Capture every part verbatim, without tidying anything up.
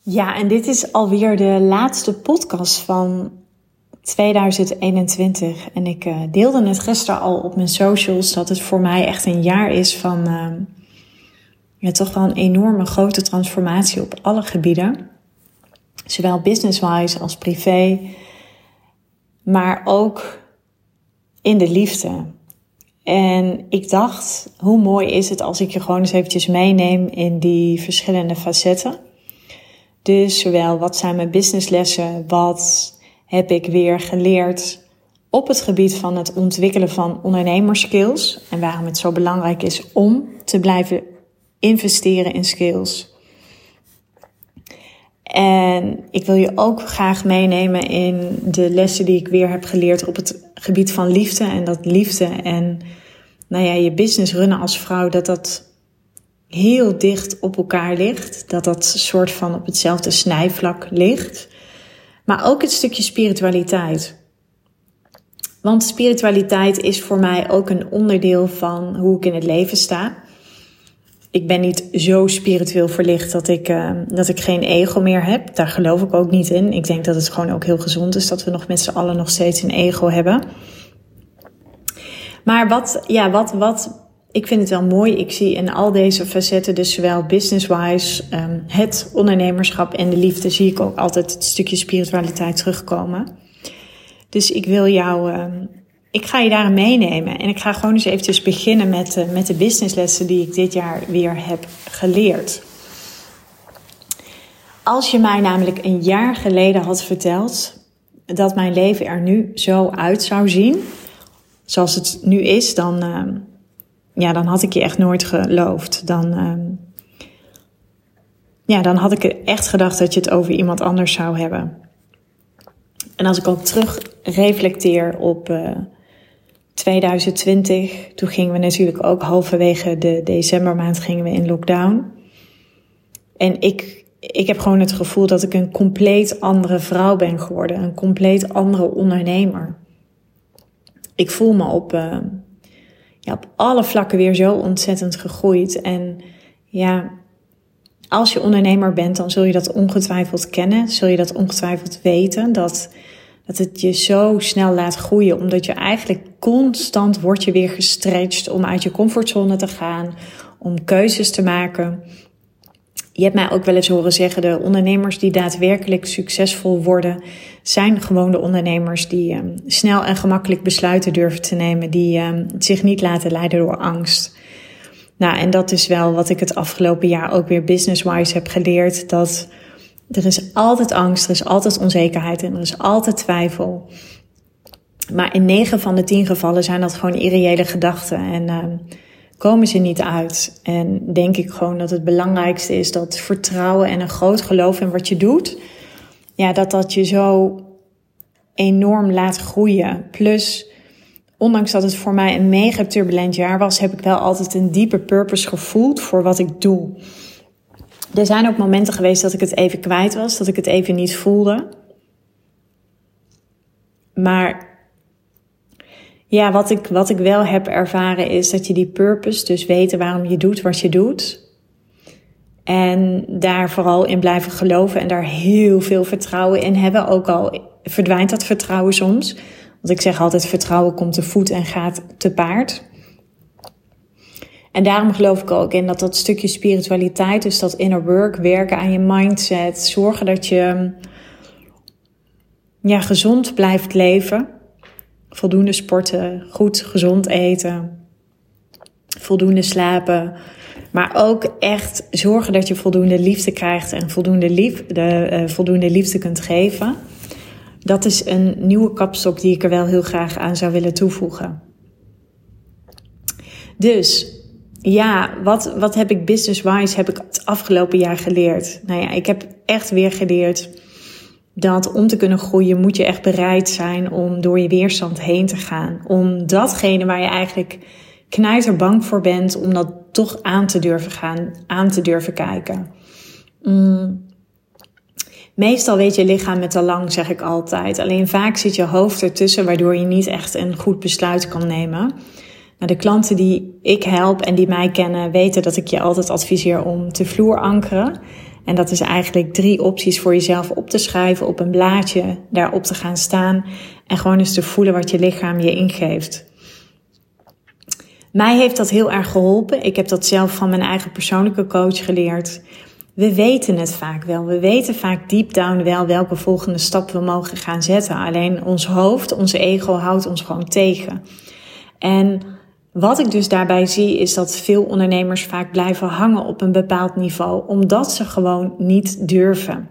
Ja, en dit is alweer de laatste podcast van tweeduizend eenentwintig. En ik uh, deelde het gisteren al op mijn socials dat het voor mij echt een jaar is van uh, ja, toch wel een enorme grote transformatie op alle gebieden. Zowel business-wise als privé, maar ook in de liefde. En ik dacht, hoe mooi is het als ik je gewoon eens eventjes meeneem in die verschillende facetten. Dus zowel wat zijn mijn businesslessen, wat heb ik weer geleerd op het gebied van het ontwikkelen van ondernemerskills. En waarom het zo belangrijk is om te blijven investeren in skills. En ik wil je ook graag meenemen in de lessen die ik weer heb geleerd op het gebied van liefde. En dat liefde en nou ja, je business runnen als vrouw, dat dat heel dicht op elkaar ligt. Dat dat soort van op hetzelfde snijvlak ligt. Maar ook het stukje spiritualiteit. Want spiritualiteit is voor mij ook een onderdeel van hoe ik in het leven sta. Ik ben niet zo spiritueel verlicht dat ik, uh, dat ik geen ego meer heb. Daar geloof ik ook niet in. Ik denk dat het gewoon ook heel gezond is dat we nog met z'n allen nog steeds een ego hebben. Maar wat, ja, wat, wat, ik vind het wel mooi. Ik zie in al deze facetten, dus zowel business-wise, um, het ondernemerschap en de liefde, zie ik ook altijd het stukje spiritualiteit terugkomen. Dus ik wil jou, um, ik ga je daarin meenemen. En ik ga gewoon eens eventjes beginnen met, uh, met de businesslessen die ik dit jaar weer heb geleerd. Als je mij namelijk een jaar geleden had verteld dat mijn leven er nu zo uit zou zien, zoals het nu is, dan, uh, ja, dan had ik je echt nooit geloofd. Dan, uh, ja, dan had ik echt gedacht dat je het over iemand anders zou hebben. En als ik ook terug reflecteer op uh, tweeduizend twintig, toen gingen we natuurlijk ook halverwege de decembermaand gingen we in lockdown. En ik, ik heb gewoon het gevoel dat ik een compleet andere vrouw ben geworden, een compleet andere ondernemer. Ik voel me op, uh, ja, op alle vlakken weer zo ontzettend gegroeid. En ja, als je ondernemer bent, dan zul je dat ongetwijfeld kennen. Zul je dat ongetwijfeld weten. Dat, dat het je zo snel laat groeien. Omdat je eigenlijk constant wordt je weer gestretched om uit je comfortzone te gaan. Om keuzes te maken. Je hebt mij ook wel eens horen zeggen, de ondernemers die daadwerkelijk succesvol worden, zijn gewoon de ondernemers die um, snel en gemakkelijk besluiten durven te nemen. Die um, zich niet laten leiden door angst. Nou, en dat is wel wat ik het afgelopen jaar ook weer business-wise heb geleerd. Dat er is altijd angst, er is altijd onzekerheid en er is altijd twijfel. Maar in negen van de tien gevallen zijn dat gewoon irreële gedachten. En uh, komen ze niet uit. En denk ik gewoon dat het belangrijkste is dat vertrouwen en een groot geloof in wat je doet, ja, dat dat je zo enorm laat groeien. Plus, ondanks dat het voor mij een mega turbulent jaar was, heb ik wel altijd een diepe purpose gevoeld voor wat ik doe. Er zijn ook momenten geweest dat ik het even kwijt was, dat ik het even niet voelde. Maar ja, wat ik, wat ik wel heb ervaren is dat je die purpose, dus weten waarom je doet wat je doet, en daar vooral in blijven geloven en daar heel veel vertrouwen in hebben. Ook al verdwijnt dat vertrouwen soms. Want ik zeg altijd, vertrouwen komt te voet en gaat te paard. En daarom geloof ik ook in dat dat stukje spiritualiteit, dus dat inner work, werken aan je mindset, zorgen dat je ja, gezond blijft leven. Voldoende sporten, goed gezond eten, voldoende slapen. Maar ook echt zorgen dat je voldoende liefde krijgt en voldoende liefde, uh, voldoende liefde kunt geven. Dat is een nieuwe kapstok die ik er wel heel graag aan zou willen toevoegen. Dus ja, wat, wat heb ik business-wise heb ik het afgelopen jaar geleerd? Nou ja, ik heb echt weer geleerd dat om te kunnen groeien moet je echt bereid zijn om door je weerstand heen te gaan. Om datgene waar je eigenlijk knijterbang voor bent, om dat toch aan te durven gaan, aan te durven kijken. Mm. Meestal weet je lichaam met te lang, zeg ik altijd. Alleen vaak zit je hoofd ertussen, waardoor je niet echt een goed besluit kan nemen. Maar de klanten die ik help en die mij kennen, weten dat ik je altijd adviseer om te vloerankeren. En dat is eigenlijk drie opties voor jezelf op te schrijven op een blaadje, daarop te gaan staan en gewoon eens te voelen wat je lichaam je ingeeft. Mij heeft dat heel erg geholpen. Ik heb dat zelf van mijn eigen persoonlijke coach geleerd. We weten het vaak wel. We weten vaak deep down wel welke volgende stap we mogen gaan zetten. Alleen ons hoofd, onze ego houdt ons gewoon tegen. En wat ik dus daarbij zie is dat veel ondernemers vaak blijven hangen op een bepaald niveau. Omdat ze gewoon niet durven.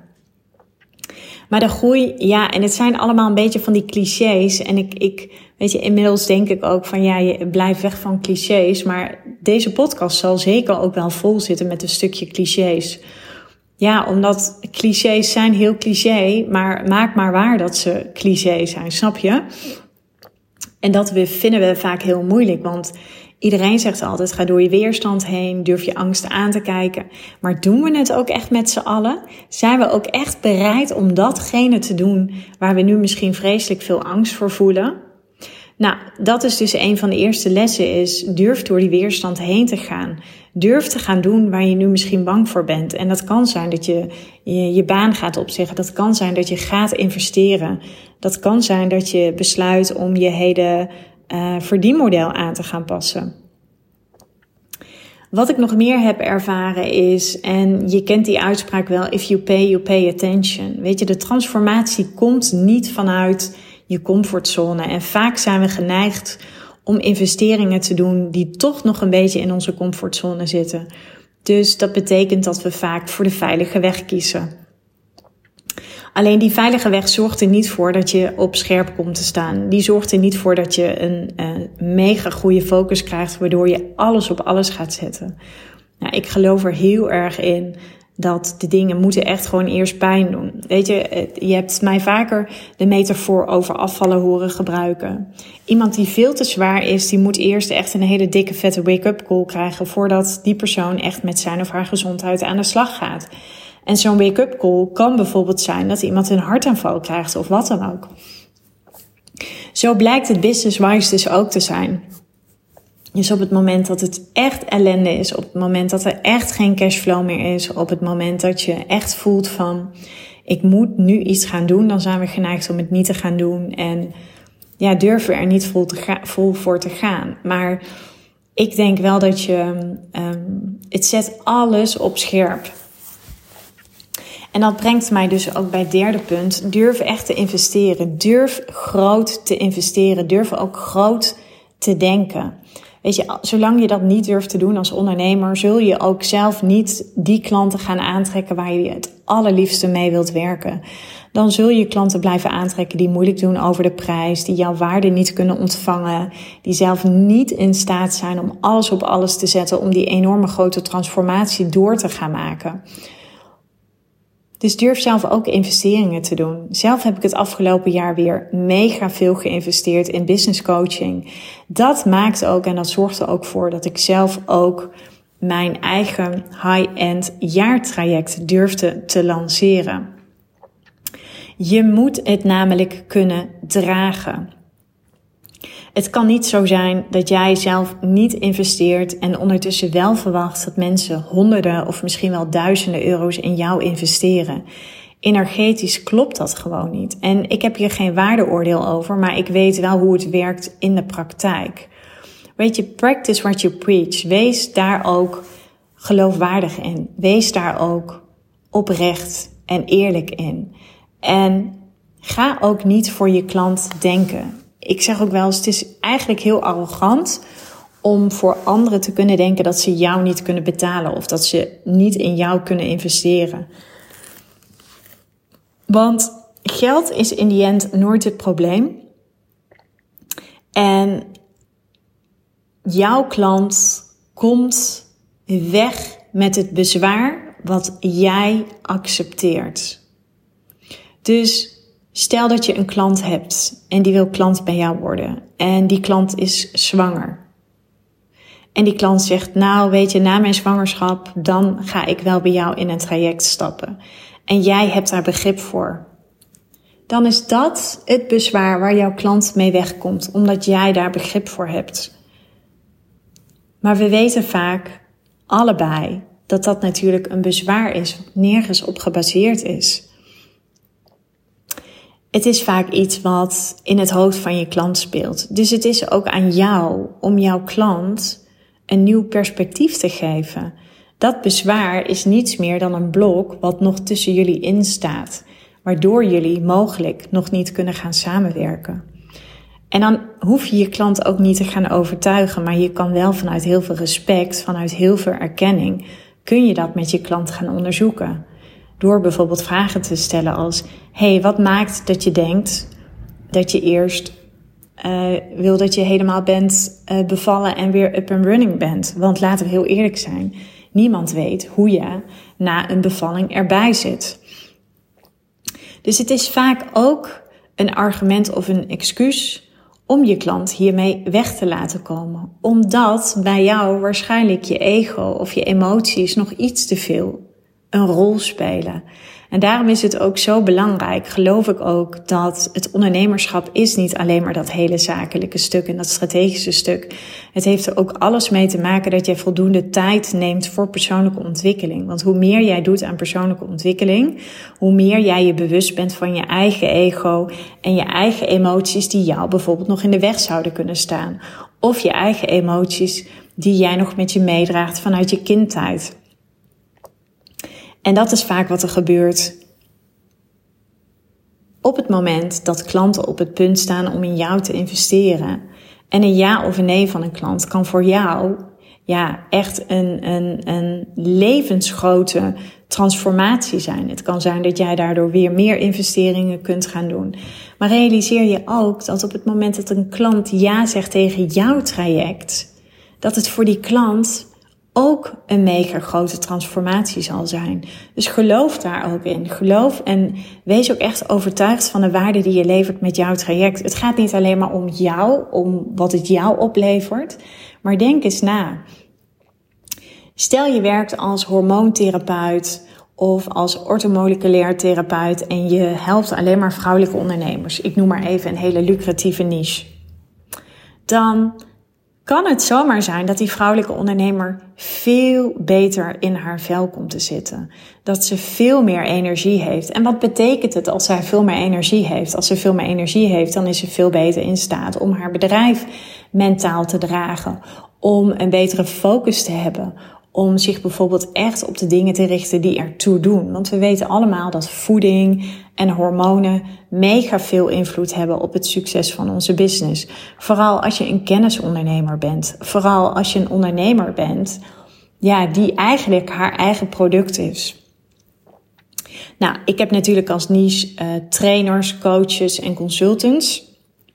Maar de groei, ja, en het zijn allemaal een beetje van die clichés. En ik, ik weet je, inmiddels denk ik ook van ja, je blijft weg van clichés. Maar deze podcast zal zeker ook wel vol zitten met een stukje clichés. Ja, omdat clichés zijn heel cliché, maar maak maar waar dat ze cliché zijn, snap je? En dat we, vinden we vaak heel moeilijk, want iedereen zegt altijd, ga door je weerstand heen, durf je angsten aan te kijken. Maar doen we het ook echt met z'n allen? Zijn we ook echt bereid om datgene te doen waar we nu misschien vreselijk veel angst voor voelen? Nou, dat is dus een van de eerste lessen is, durf door die weerstand heen te gaan. Durf te gaan doen waar je nu misschien bang voor bent. En dat kan zijn dat je je, je baan gaat opzeggen. Dat kan zijn dat je gaat investeren. Dat kan zijn dat je besluit om je hele uh, verdienmodel aan te gaan passen. Wat ik nog meer heb ervaren is, en je kent die uitspraak wel, if you pay, you pay attention. Weet je, de transformatie komt niet vanuit je comfortzone. En vaak zijn we geneigd om investeringen te doen die toch nog een beetje in onze comfortzone zitten. Dus dat betekent dat we vaak voor de veilige weg kiezen. Alleen die veilige weg zorgt er niet voor dat je op scherp komt te staan. Die zorgt er niet voor dat je een uh, mega goede focus krijgt, waardoor je alles op alles gaat zetten. Nou, ik geloof er heel erg in dat de dingen moeten echt gewoon eerst pijn doen. Weet je, je hebt mij vaker de metafoor over afvallen horen gebruiken. Iemand die veel te zwaar is, die moet eerst echt een hele dikke vette wake-up call krijgen voordat die persoon echt met zijn of haar gezondheid aan de slag gaat. En zo'n wake-up call kan bijvoorbeeld zijn dat iemand een hartaanval krijgt of wat dan ook. Zo blijkt het business-wise dus ook te zijn. Dus op het moment dat het echt ellende is, op het moment dat er echt geen cashflow meer is, op het moment dat je echt voelt van, ik moet nu iets gaan doen, dan zijn we geneigd om het niet te gaan doen en ja, durven er niet vol, te ga, vol voor te gaan. Maar ik denk wel dat je, um, het zet alles op scherp. En dat brengt mij dus ook bij het derde punt, durf echt te investeren. Durf groot te investeren, durf ook groot te denken. Weet je, zolang je dat niet durft te doen als ondernemer, zul je ook zelf niet die klanten gaan aantrekken waar je het allerliefste mee wilt werken. Dan zul je klanten blijven aantrekken die moeilijk doen over de prijs, die jouw waarde niet kunnen ontvangen, die zelf niet in staat zijn om alles op alles te zetten om die enorme grote transformatie door te gaan maken. Dus durf zelf ook investeringen te doen. Zelf heb ik het afgelopen jaar weer mega veel geïnvesteerd in business coaching. Dat maakt ook en dat zorgt er ook voor dat ik zelf ook mijn eigen high-end jaartraject durfde te lanceren. Je moet het namelijk kunnen dragen. Het kan niet zo zijn dat jij zelf niet investeert en ondertussen wel verwacht dat mensen honderden of misschien wel duizenden euro's in jou investeren. Energetisch klopt dat gewoon niet. En ik heb hier geen waardeoordeel over, maar ik weet wel hoe het werkt in de praktijk. Weet je, practice what you preach. Wees daar ook geloofwaardig in. Wees daar ook oprecht en eerlijk in. En ga ook niet voor je klant denken. Ik zeg ook wel eens, het is eigenlijk heel arrogant om voor anderen te kunnen denken dat ze jou niet kunnen betalen of dat ze niet in jou kunnen investeren. Want geld is in die end nooit het probleem. En jouw klant komt weg met het bezwaar wat jij accepteert. Dus stel dat je een klant hebt en die wil klant bij jou worden. En die klant is zwanger. En die klant zegt, nou weet je, na mijn zwangerschap, dan ga ik wel bij jou in een traject stappen. En jij hebt daar begrip voor. Dan is dat het bezwaar waar jouw klant mee wegkomt, omdat jij daar begrip voor hebt. Maar we weten vaak allebei dat dat natuurlijk een bezwaar is, wat nergens op gebaseerd is. Het is vaak iets wat in het hoofd van je klant speelt. Dus het is ook aan jou om jouw klant een nieuw perspectief te geven. Dat bezwaar is niets meer dan een blok wat nog tussen jullie in staat, waardoor jullie mogelijk nog niet kunnen gaan samenwerken. En dan hoef je je klant ook niet te gaan overtuigen, maar je kan wel vanuit heel veel respect, vanuit heel veel erkenning, kun je dat met je klant gaan onderzoeken. Door bijvoorbeeld vragen te stellen als, hey, wat maakt dat je denkt dat je eerst uh, wil dat je helemaal bent uh, bevallen en weer up and running bent? Want laten we heel eerlijk zijn, niemand weet hoe je na een bevalling erbij zit. Dus het is vaak ook een argument of een excuus om je klant hiermee weg te laten komen. Omdat bij jou waarschijnlijk je ego of je emoties nog iets te veel een rol spelen. En daarom is het ook zo belangrijk, geloof ik ook, dat het ondernemerschap is niet alleen maar dat hele zakelijke stuk en dat strategische stuk. Het heeft er ook alles mee te maken dat jij voldoende tijd neemt voor persoonlijke ontwikkeling. Want hoe meer jij doet aan persoonlijke ontwikkeling, hoe meer jij je bewust bent van je eigen ego en je eigen emoties die jou bijvoorbeeld nog in de weg zouden kunnen staan. Of je eigen emoties die jij nog met je meedraagt vanuit je kindtijd. En dat is vaak wat er gebeurt op het moment dat klanten op het punt staan om in jou te investeren. En een ja of een nee van een klant kan voor jou ja, echt een, een, een levensgrote transformatie zijn. Het kan zijn dat jij daardoor weer meer investeringen kunt gaan doen. Maar realiseer je ook dat op het moment dat een klant ja zegt tegen jouw traject, dat het voor die klant ook een mega grote transformatie zal zijn. Dus geloof daar ook in. Geloof en wees ook echt overtuigd van de waarde die je levert met jouw traject. Het gaat niet alleen maar om jou, om wat het jou oplevert, maar denk eens na. Stel je werkt als hormoontherapeut of als orthomoleculair therapeut en je helpt alleen maar vrouwelijke ondernemers. Ik noem maar even een hele lucratieve niche. Dan kan het zomaar zijn dat die vrouwelijke ondernemer veel beter in haar vel komt te zitten. Dat ze veel meer energie heeft. En wat betekent het als zij veel meer energie heeft? Als ze veel meer energie heeft, dan is ze veel beter in staat om haar bedrijf mentaal te dragen. Om een betere focus te hebben. Om zich bijvoorbeeld echt op de dingen te richten die ertoe doen. Want we weten allemaal dat voeding en hormonen mega veel invloed hebben op het succes van onze business. Vooral als je een kennisondernemer bent. Vooral als je een ondernemer bent, ja, die eigenlijk haar eigen product is. Nou, ik heb natuurlijk als niche uh, trainers, coaches en consultants.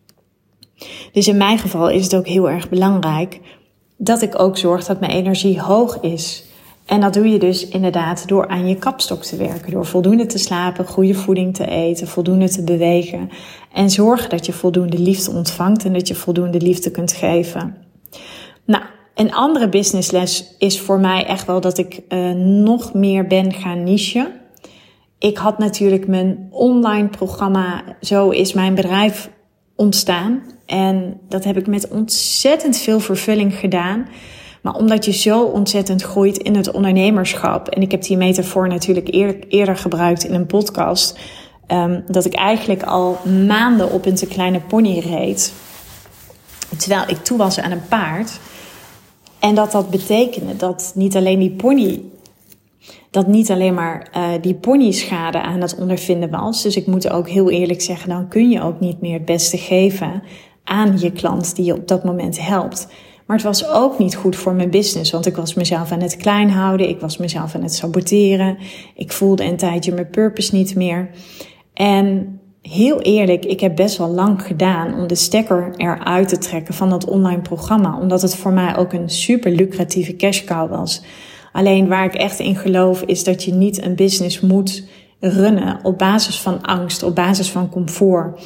Dus in mijn geval is het ook heel erg belangrijk dat ik ook zorg dat mijn energie hoog is. En dat doe je dus inderdaad door aan je kapstok te werken. Door voldoende te slapen, goede voeding te eten, voldoende te bewegen. En zorgen dat je voldoende liefde ontvangt en dat je voldoende liefde kunt geven. Nou, een andere businessles is voor mij echt wel dat ik uh, nog meer ben gaan nichen. Ik had natuurlijk mijn online programma, Zo is mijn bedrijf, ontstaan. En dat heb ik met ontzettend veel vervulling gedaan. Maar omdat je zo ontzettend groeit in het ondernemerschap. En ik heb die metafoor natuurlijk eerder, eerder gebruikt in een podcast. Um, dat ik eigenlijk al maanden op een te kleine pony reed. Terwijl ik toe was aan een paard. En dat dat betekende dat niet alleen die pony... dat niet alleen maar uh, die pony schade aan het ondervinden was. Dus ik moet ook heel eerlijk zeggen, dan kun je ook niet meer het beste geven aan je klant die je op dat moment helpt. Maar het was ook niet goed voor mijn business, want ik was mezelf aan het klein houden. Ik was mezelf aan het saboteren. Ik voelde een tijdje mijn purpose niet meer. En heel eerlijk, ik heb best wel lang gedaan om de stekker eruit te trekken van dat online programma. Omdat het voor mij ook een super lucratieve cash cow was. Alleen waar ik echt in geloof is dat je niet een business moet runnen op basis van angst, op basis van comfort.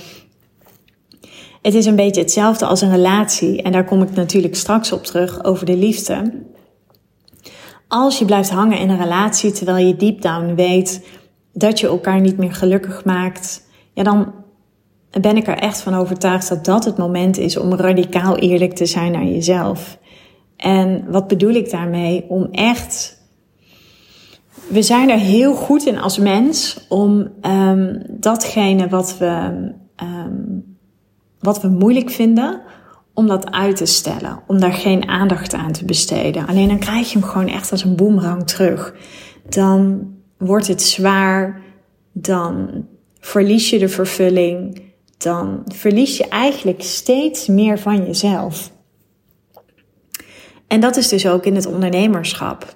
Het is een beetje hetzelfde als een relatie. En daar kom ik natuurlijk straks op terug over de liefde. Als je blijft hangen in een relatie terwijl je deep down weet dat je elkaar niet meer gelukkig maakt, ja, dan ben ik er echt van overtuigd dat dat het moment is om radicaal eerlijk te zijn naar jezelf. En wat bedoel ik daarmee? Om echt we zijn er heel goed in als mens om um, datgene wat we, um, wat we moeilijk vinden, om dat uit te stellen. Om daar geen aandacht aan te besteden. Alleen dan krijg je hem gewoon echt als een boemerang terug. Dan wordt het zwaar, dan verlies je de vervulling, dan verlies je eigenlijk steeds meer van jezelf. En dat is dus ook in het ondernemerschap.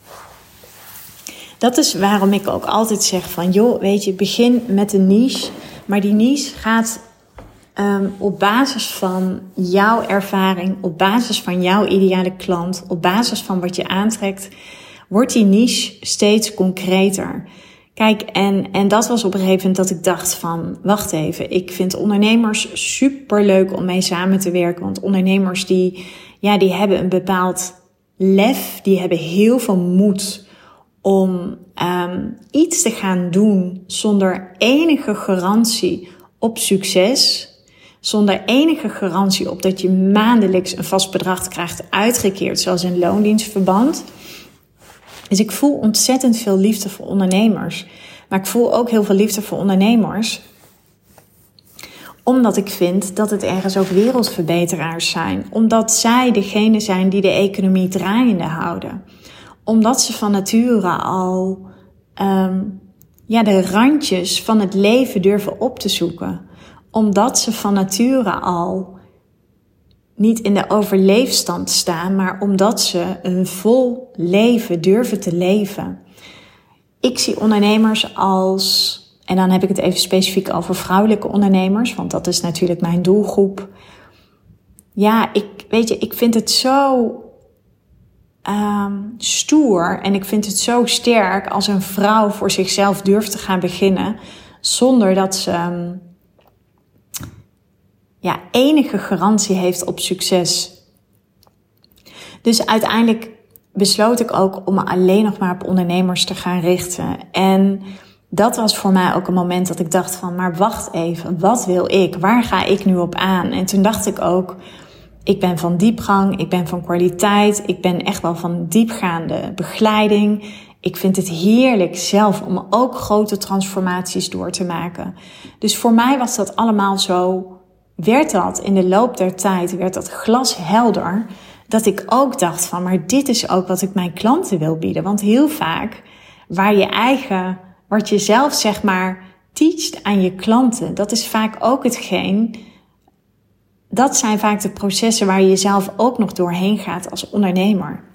Dat is waarom ik ook altijd zeg van, joh, weet je, begin met een niche. Maar die niche gaat um, op basis van jouw ervaring, op basis van jouw ideale klant, op basis van wat je aantrekt, wordt die niche steeds concreter. Kijk, en, en dat was op een gegeven moment dat ik dacht van, wacht even, ik vind ondernemers super leuk om mee samen te werken. Want ondernemers die, ja, die hebben een bepaald lef, die hebben heel veel moed om um, iets te gaan doen zonder enige garantie op succes. Zonder enige garantie op dat je maandelijks een vast bedrag krijgt uitgekeerd, zoals in loondienstverband. Dus ik voel ontzettend veel liefde voor ondernemers. Maar ik voel ook heel veel liefde voor ondernemers, omdat ik vind dat het ergens ook wereldverbeteraars zijn. Omdat zij degene zijn die de economie draaiende houden. Omdat ze van nature al um, ja, de randjes van het leven durven op te zoeken. Omdat ze van nature al niet in de overleefstand staan, maar omdat ze een vol leven durven te leven. Ik zie ondernemers als, en dan heb ik het even specifiek over vrouwelijke ondernemers, want dat is natuurlijk mijn doelgroep. Ja, ik weet je, ik vind het zo um, stoer en ik vind het zo sterk als een vrouw voor zichzelf durft te gaan beginnen, zonder dat ze um, ja, enige garantie heeft op succes. Dus uiteindelijk besloot ik ook om me alleen nog maar op ondernemers te gaan richten. En dat was voor mij ook een moment dat ik dacht van, maar wacht even, wat wil ik? Waar ga ik nu op aan? En toen dacht ik ook, ik ben van diepgang, ik ben van kwaliteit, ik ben echt wel van diepgaande begeleiding. Ik vind het heerlijk zelf om ook grote transformaties door te maken. Dus voor mij was dat allemaal zo, werd dat in de loop der tijd, werd dat glashelder, dat ik ook dacht van, maar dit is ook wat ik mijn klanten wil bieden. Want heel vaak, waar je eigen, wat je zelf zeg maar teacht aan je klanten, dat is vaak ook hetgeen, dat zijn vaak de processen waar je zelf ook nog doorheen gaat als ondernemer.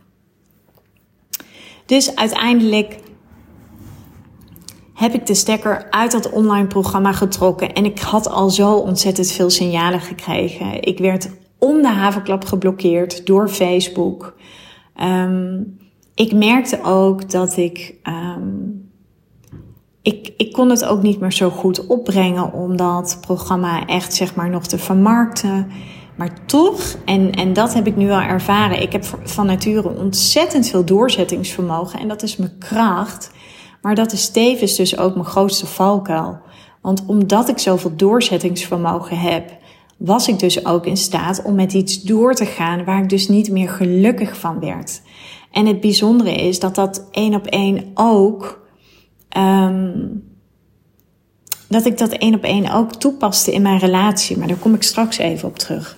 Dus uiteindelijk heb ik de stekker uit dat online programma getrokken en ik had al zo ontzettend veel signalen gekregen. Ik werd om de haverklap geblokkeerd door Facebook. Um, ik merkte ook dat ik, um, ik... Ik kon het ook niet meer zo goed opbrengen om dat programma echt zeg maar nog te vermarkten. Maar toch, en, en dat heb ik nu wel ervaren, ik heb van nature ontzettend veel doorzettingsvermogen en dat is mijn kracht. Maar dat is tevens dus ook mijn grootste valkuil. Want omdat ik zoveel doorzettingsvermogen heb, was ik dus ook in staat om met iets door te gaan waar ik dus niet meer gelukkig van werd. En het bijzondere is dat dat één op één ook, um, dat ik dat één op één ook toepaste in mijn relatie. Maar daar kom ik straks even op terug.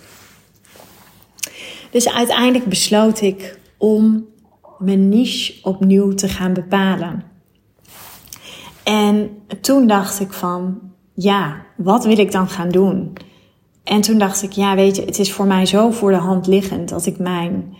Dus uiteindelijk besloot ik om mijn niche opnieuw te gaan bepalen. En toen dacht ik van, ja, wat wil ik dan gaan doen? En toen dacht ik, ja, weet je, het is voor mij zo voor de hand liggend dat ik mijn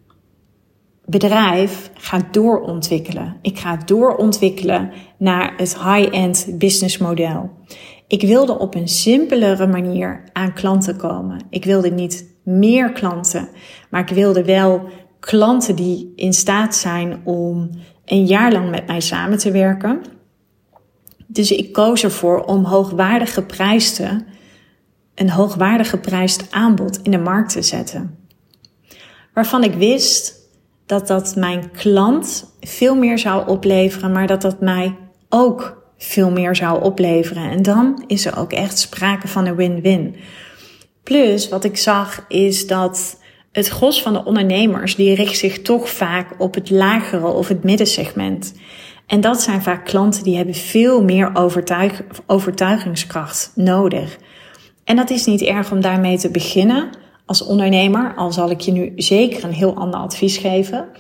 bedrijf ga doorontwikkelen. Ik ga doorontwikkelen naar het high-end business model. Ik wilde op een simpelere manier aan klanten komen. Ik wilde niet meer klanten, maar ik wilde wel klanten die in staat zijn om een jaar lang met mij samen te werken. Dus ik koos ervoor om hoogwaardig geprijsde, een hoogwaardig geprijsd aanbod in de markt te zetten. Waarvan ik wist dat dat mijn klant veel meer zou opleveren, maar dat dat mij ook veel meer zou opleveren. En dan is er ook echt sprake van een win-win. Plus, wat ik zag, is dat het gros van de ondernemers, die richt zich toch vaak op het lagere of het middensegment. En dat zijn vaak klanten die hebben veel meer overtuig, overtuigingskracht nodig. En dat is niet erg om daarmee te beginnen als ondernemer. Al zal ik je nu zeker een heel ander advies geven.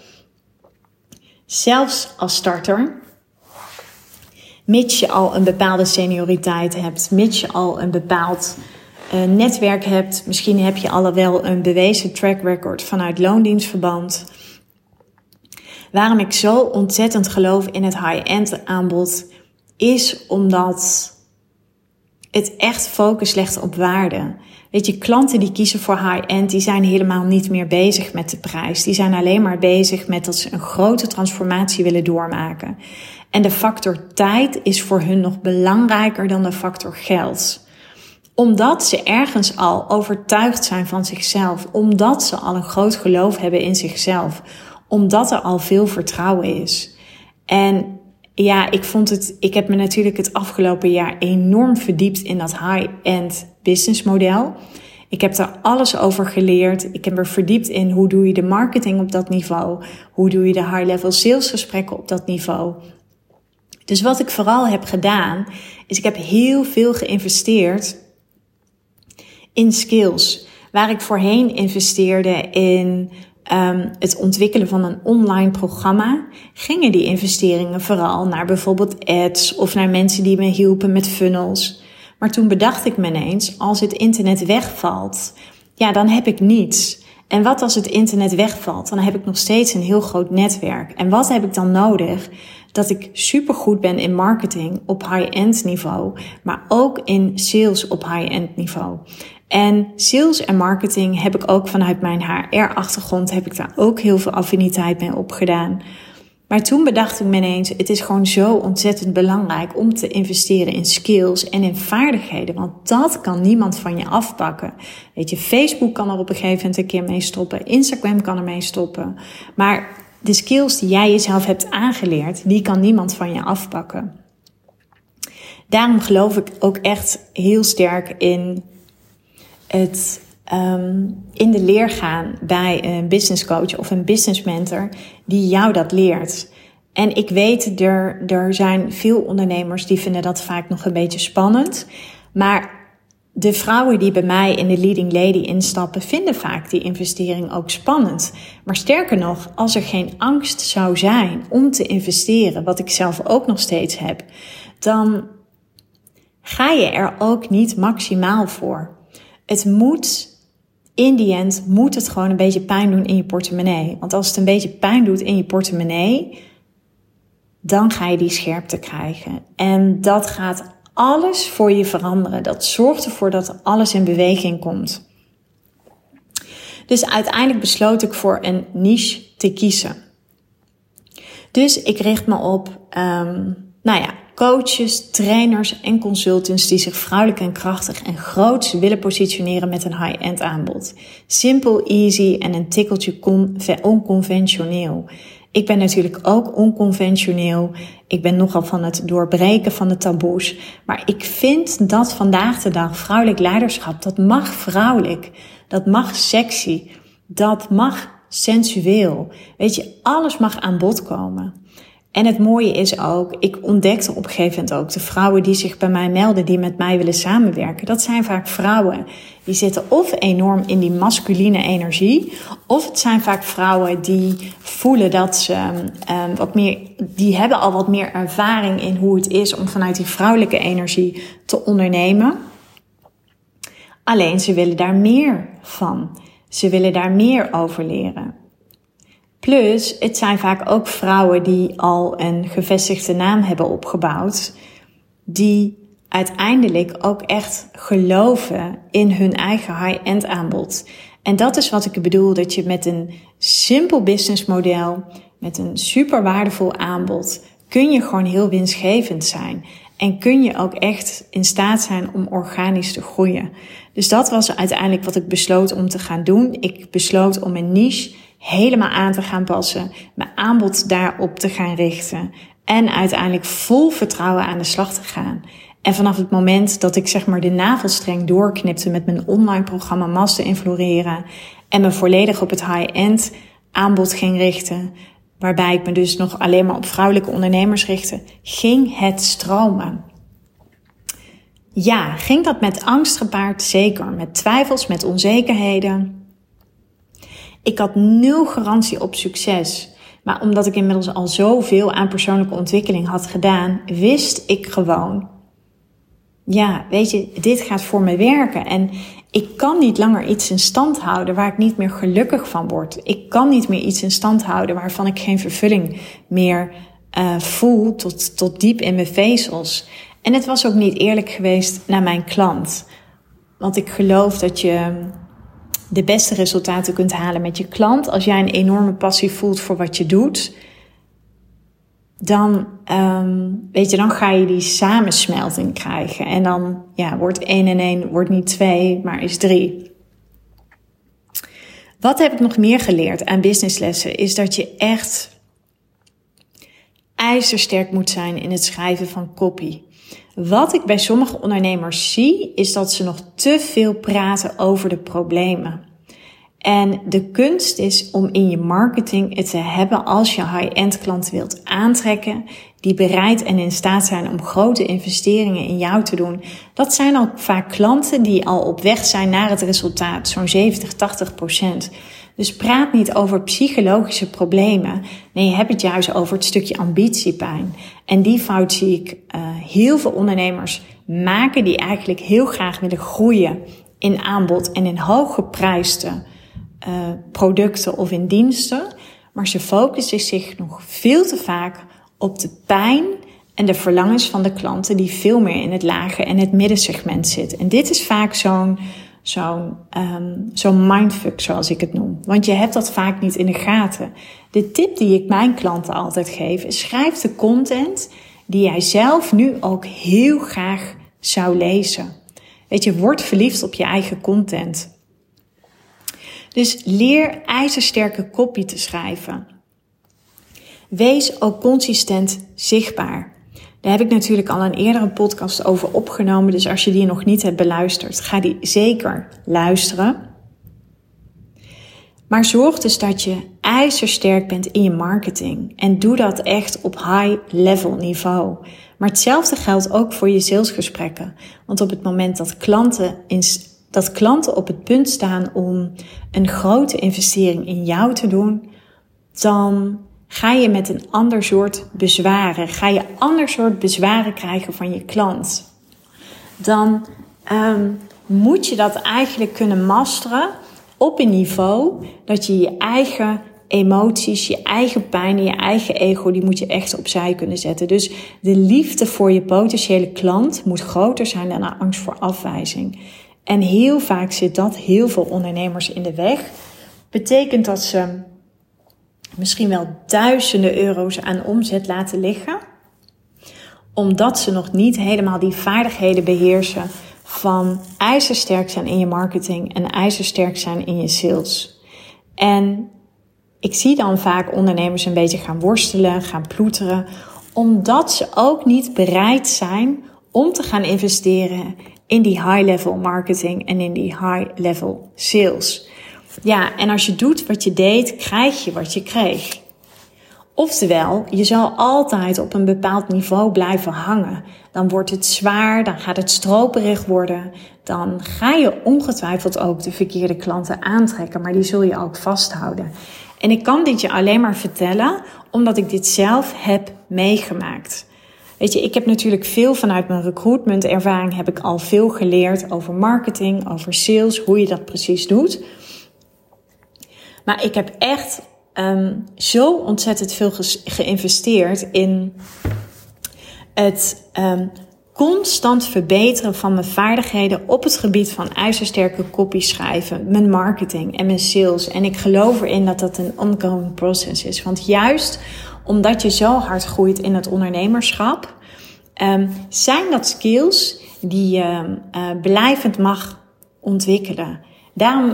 Zelfs als starter, mits je al een bepaalde senioriteit hebt, mits je al een bepaald uh, netwerk hebt. Misschien heb je al wel een bewezen track record vanuit loondienstverband. Waarom ik zo ontzettend geloof in het high-end aanbod is omdat het echt focus legt op waarde. Weet je, klanten die kiezen voor high-end, die zijn helemaal niet meer bezig met de prijs. Die zijn alleen maar bezig met dat ze een grote transformatie willen doormaken. En de factor tijd is voor hun nog belangrijker dan de factor geld. Omdat ze ergens al overtuigd zijn van zichzelf. Omdat ze al een groot geloof hebben in zichzelf. Omdat er al veel vertrouwen is. En ja, ik vond het, ik heb me natuurlijk het afgelopen jaar enorm verdiept in dat high-end businessmodel. Ik heb daar alles over geleerd. Ik heb er verdiept in hoe doe je de marketing op dat niveau. Hoe doe je de high-level salesgesprekken op dat niveau. Dus wat ik vooral heb gedaan, is ik heb heel veel geïnvesteerd in skills. Waar ik voorheen investeerde in um, het ontwikkelen van een online programma, gingen die investeringen vooral naar bijvoorbeeld ads of naar mensen die me hielpen met funnels. Maar toen bedacht ik me ineens, als het internet wegvalt, ja, dan heb ik niets. En wat als het internet wegvalt? Dan heb ik nog steeds een heel groot netwerk. En wat heb ik dan nodig? Dat ik supergoed ben in marketing op high-end niveau, maar ook in sales op high-end niveau. En sales en marketing heb ik ook vanuit mijn H R-achtergrond, heb ik daar ook heel veel affiniteit mee opgedaan. Maar toen bedacht ik me ineens, het is gewoon zo ontzettend belangrijk om te investeren in skills en in vaardigheden. Want dat kan niemand van je afpakken. Weet je, Facebook kan er op een gegeven moment een keer mee stoppen. Instagram kan er mee stoppen. Maar de skills die jij jezelf hebt aangeleerd, die kan niemand van je afpakken. Daarom geloof ik ook echt heel sterk in het um, in de leer gaan bij een business coach of een business mentor die jou dat leert. En ik weet, er, er zijn veel ondernemers die vinden dat vaak nog een beetje spannend. Maar de vrouwen die bij mij in de Leading Lady instappen, vinden vaak die investering ook spannend. Maar sterker nog, als er geen angst zou zijn om te investeren, wat ik zelf ook nog steeds heb, dan ga je er ook niet maximaal voor. Het moet, in die end, moet het gewoon een beetje pijn doen in je portemonnee. Want als het een beetje pijn doet in je portemonnee, dan ga je die scherpte krijgen. En dat gaat alles voor je veranderen. Dat zorgt ervoor dat alles in beweging komt. Dus uiteindelijk besloot ik voor een niche te kiezen. Dus ik richt me op, um, nou ja, coaches, trainers en consultants die zich vrouwelijk en krachtig en groots willen positioneren met een high-end aanbod. Simpel, easy en een tikkeltje con- onconventioneel. Ik ben natuurlijk ook onconventioneel. Ik ben nogal van het doorbreken van de taboes. Maar ik vind dat vandaag de dag vrouwelijk leiderschap, dat mag vrouwelijk. Dat mag sexy. Dat mag sensueel. Weet je, alles mag aan bod komen. En het mooie is ook, ik ontdekte op een gegeven moment ook de vrouwen die zich bij mij melden, die met mij willen samenwerken. Dat zijn vaak vrouwen die zitten of enorm in die masculine energie, of het zijn vaak vrouwen die voelen dat ze um, wat meer, die hebben al wat meer ervaring in hoe het is om vanuit die vrouwelijke energie te ondernemen. Alleen ze willen daar meer van. Ze willen daar meer over leren. Plus, het zijn vaak ook vrouwen die al een gevestigde naam hebben opgebouwd, die uiteindelijk ook echt geloven in hun eigen high-end aanbod. En dat is wat ik bedoel, dat je met een simpel businessmodel, met een super waardevol aanbod, kun je gewoon heel winstgevend zijn. En kun je ook echt in staat zijn om organisch te groeien. Dus dat was uiteindelijk wat ik besloot om te gaan doen. Ik besloot om een niche helemaal aan te gaan passen, mijn aanbod daarop te gaan richten en uiteindelijk vol vertrouwen aan de slag te gaan. En vanaf het moment dat ik zeg maar de navelstreng doorknipte met mijn online programma Master in Floreren en me volledig op het high-end aanbod ging richten, waarbij ik me dus nog alleen maar op vrouwelijke ondernemers richtte, ging het stromen. Ja, ging dat met angst gepaard? Zeker. Met twijfels, met onzekerheden. Ik had nul garantie op succes. Maar omdat ik inmiddels al zoveel aan persoonlijke ontwikkeling had gedaan, wist ik gewoon, ja, weet je, dit gaat voor me werken. En ik kan niet langer iets in stand houden waar ik niet meer gelukkig van word. Ik kan niet meer iets in stand houden waarvan ik geen vervulling meer uh, voel tot, tot diep in mijn vezels. En het was ook niet eerlijk geweest naar mijn klant. Want ik geloof dat je de beste resultaten kunt halen met je klant. Als jij een enorme passie voelt voor wat je doet, dan, um, weet je, dan ga je die samensmelting krijgen. En dan ja, wordt één en één wordt niet twee, maar is drie. Wat heb ik nog meer geleerd aan businesslessen? Is dat je echt ijzersterk moet zijn in het schrijven van copy. Wat ik bij sommige ondernemers zie, is dat ze nog te veel praten over de problemen. En de kunst is om in je marketing het te hebben als je high-end klanten wilt aantrekken, die bereid en in staat zijn om grote investeringen in jou te doen. Dat zijn al vaak klanten die al op weg zijn naar het resultaat, zo'n zeventig, tachtig procent. Dus praat niet over psychologische problemen. Nee, heb het juist over het stukje ambitiepijn. En die fout zie ik uh, heel veel ondernemers maken die eigenlijk heel graag willen groeien in aanbod en in hooggeprijsde uh, producten of in diensten. Maar ze focussen zich nog veel te vaak op de pijn en de verlangens van de klanten die veel meer in het lage en het middensegment zitten. En dit is vaak zo'n Zo'n um, zo'n mindfuck, zoals ik het noem. Want je hebt dat vaak niet in de gaten. De tip die ik mijn klanten altijd geef is: schrijf de content die jij zelf nu ook heel graag zou lezen. Weet je, word verliefd op je eigen content. Dus leer ijzersterke copy te schrijven. Wees ook consistent zichtbaar. Daar heb ik natuurlijk al een eerdere podcast over opgenomen. Dus als je die nog niet hebt beluisterd, ga die zeker luisteren. Maar zorg dus dat je ijzersterk bent in je marketing. En doe dat echt op high-level niveau. Maar hetzelfde geldt ook voor je salesgesprekken. Want op het moment dat klanten, in, dat klanten op het punt staan om een grote investering in jou te doen, dan ga je met een ander soort bezwaren. Ga je ander soort bezwaren krijgen van je klant. Dan um, moet je dat eigenlijk kunnen masteren op een niveau dat je je eigen emoties, je eigen pijn en je eigen ego, die moet je echt opzij kunnen zetten. Dus de liefde voor je potentiële klant moet groter zijn dan de angst voor afwijzing. En heel vaak zit dat heel veel ondernemers in de weg. Betekent dat ze misschien wel duizenden euro's aan omzet laten liggen, omdat ze nog niet helemaal die vaardigheden beheersen van ijzersterk zijn in je marketing en ijzersterk zijn in je sales. En ik zie dan vaak ondernemers een beetje gaan worstelen, gaan ploeteren, omdat ze ook niet bereid zijn om te gaan investeren in die high-level marketing en in die high-level sales. Ja, en als je doet wat je deed, krijg je wat je kreeg. Oftewel, je zal altijd op een bepaald niveau blijven hangen. Dan wordt het zwaar, dan gaat het stroperig worden. Dan ga je ongetwijfeld ook de verkeerde klanten aantrekken, maar die zul je ook vasthouden. En ik kan dit je alleen maar vertellen, omdat ik dit zelf heb meegemaakt. Weet je, ik heb natuurlijk veel vanuit mijn recruitment ervaring, heb ik al veel geleerd over marketing, over sales, hoe je dat precies doet. Maar ik heb echt um, zo ontzettend veel ge- geïnvesteerd in het um, constant verbeteren van mijn vaardigheden op het gebied van ijzersterke copy schrijven, mijn marketing en mijn sales. En ik geloof erin dat dat een ongoing process is. Want juist omdat je zo hard groeit in het ondernemerschap, um, zijn dat skills die je uh, blijvend mag ontwikkelen. Daarom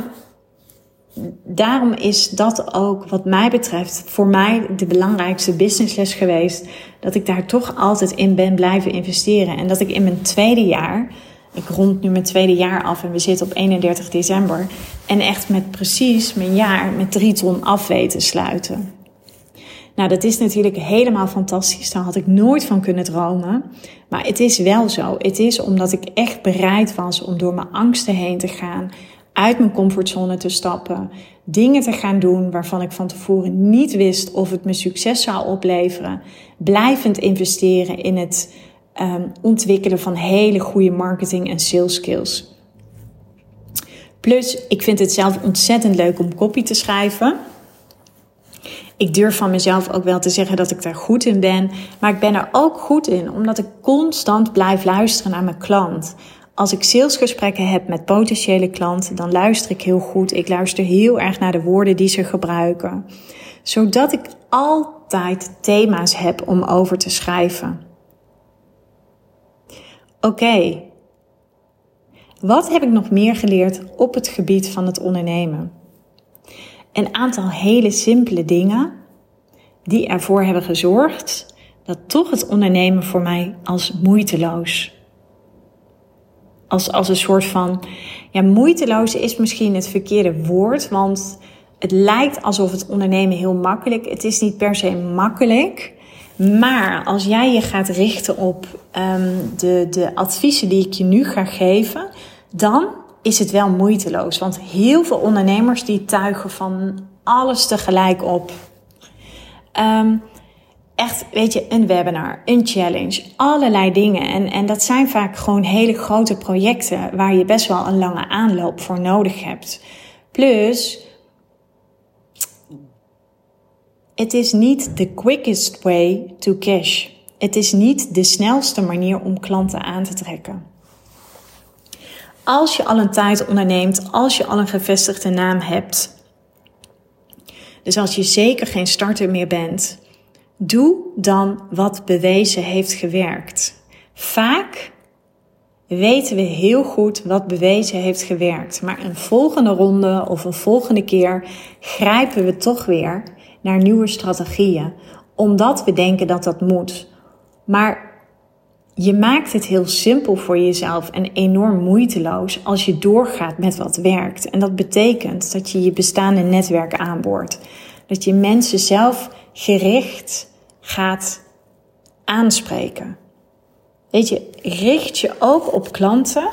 Daarom is dat ook wat mij betreft voor mij de belangrijkste businessles geweest. Dat ik daar toch altijd in ben blijven investeren. En dat ik in mijn tweede jaar, ik rond nu mijn tweede jaar af en we zitten op eenendertig december. En echt met precies mijn jaar met drie ton af weten sluiten. Nou, dat is natuurlijk helemaal fantastisch. Daar had ik nooit van kunnen dromen. Maar het is wel zo. Het is omdat ik echt bereid was om door mijn angsten heen te gaan, uit mijn comfortzone te stappen, dingen te gaan doen waarvan ik van tevoren niet wist of het me succes zou opleveren. Blijvend investeren in het um, ontwikkelen van hele goede marketing en sales skills. Plus, ik vind het zelf ontzettend leuk om copy te schrijven. Ik durf van mezelf ook wel te zeggen dat ik daar goed in ben. Maar ik ben er ook goed in omdat ik constant blijf luisteren naar mijn klant. Als ik salesgesprekken heb met potentiële klanten, dan luister ik heel goed. Ik luister heel erg naar de woorden die ze gebruiken. Zodat ik altijd thema's heb om over te schrijven. Oké. Okay. Wat heb ik nog meer geleerd op het gebied van het ondernemen? Een aantal hele simpele dingen die ervoor hebben gezorgd dat toch het ondernemen voor mij als moeiteloos. Als, als een soort van, ja, moeiteloos is misschien het verkeerde woord, want het lijkt alsof het ondernemen heel makkelijk. Het is niet per se makkelijk, maar als jij je gaat richten op um, de, de adviezen die ik je nu ga geven, dan is het wel moeiteloos. Want heel veel ondernemers die tuigen van alles tegelijk op. Um, echt, weet je, een webinar, een challenge, allerlei dingen. En, en dat zijn vaak gewoon hele grote projecten waar je best wel een lange aanloop voor nodig hebt. Plus, het is niet the quickest way to cash. Het is niet de snelste manier om klanten aan te trekken. Als je al een tijd onderneemt, als je al een gevestigde naam hebt, dus als je zeker geen starter meer bent, doe dan wat bewezen heeft gewerkt. Vaak weten we heel goed wat bewezen heeft gewerkt, maar een volgende ronde of een volgende keer grijpen we toch weer naar nieuwe strategieën, omdat we denken dat dat moet. Maar je maakt het heel simpel voor jezelf en enorm moeiteloos als je doorgaat met wat werkt. En dat betekent dat je je bestaande netwerk aanboort. Dat je mensen zelf gericht gaat aanspreken. Weet je, richt je ook op klanten.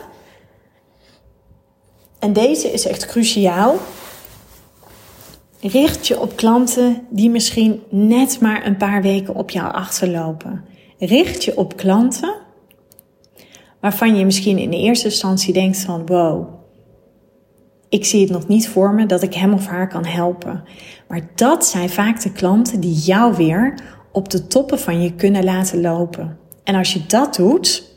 En deze is echt cruciaal. Richt je op klanten die misschien net maar een paar weken op jou achterlopen. Richt je op klanten waarvan je misschien in de eerste instantie denkt van wow, ik zie het nog niet voor me dat ik hem of haar kan helpen. Maar dat zijn vaak de klanten die jou weer op de toppen van je kunnen laten lopen. En als je dat doet,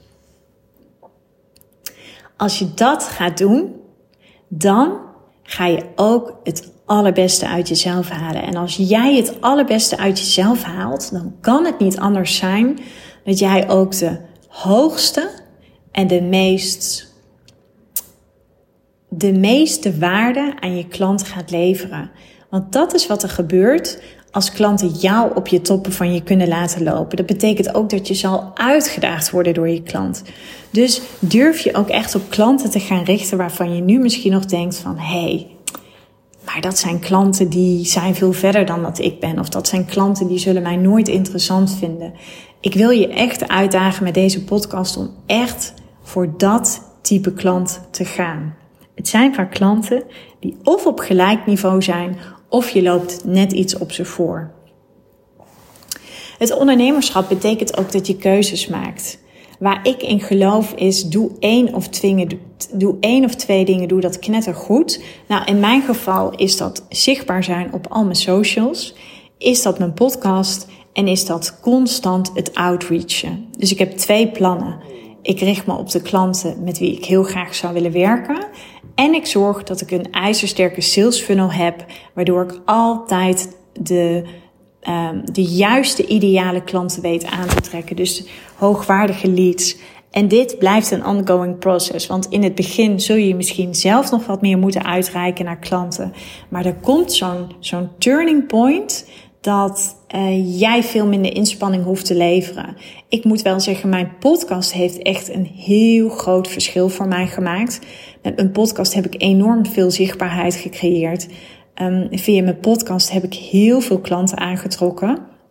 als je dat gaat doen, dan ga je ook het allerbeste uit jezelf halen. En als jij het allerbeste uit jezelf haalt, dan kan het niet anders zijn dat jij ook de hoogste en de meest, de meeste waarde aan je klant gaat leveren. Want dat is wat er gebeurt als klanten jou op je toppen van je kunnen laten lopen. Dat betekent ook dat je zal uitgedaagd worden door je klant. Dus durf je ook echt op klanten te gaan richten waarvan je nu misschien nog denkt van hé, hey, maar dat zijn klanten die zijn veel verder dan dat ik ben. Of dat zijn klanten die zullen mij nooit interessant vinden. Ik wil je echt uitdagen met deze podcast om echt voor dat type klant te gaan. Het zijn vaak klanten die of op gelijk niveau zijn of je loopt net iets op ze voor. Het ondernemerschap betekent ook dat je keuzes maakt. Waar ik in geloof is, doe één of, twingen, doe één of twee dingen, doe dat knettergoed. Nou, in mijn geval is dat zichtbaar zijn op al mijn socials. Is dat mijn podcast en is dat constant het outreachen. Dus ik heb twee plannen. Ik richt me op de klanten met wie ik heel graag zou willen werken. En ik zorg dat ik een ijzersterke sales funnel heb, waardoor ik altijd de... Um, de juiste ideale klanten weet aan te trekken. Dus hoogwaardige leads. En dit blijft een ongoing process. Want in het begin zul je misschien zelf nog wat meer moeten uitreiken naar klanten. Maar er komt zo'n, zo'n turning point dat uh, jij veel minder inspanning hoeft te leveren. Ik moet wel zeggen, mijn podcast heeft echt een heel groot verschil voor mij gemaakt. Met mijn podcast heb ik enorm veel zichtbaarheid gecreëerd. Um, via mijn podcast heb ik heel veel klanten aangetrokken.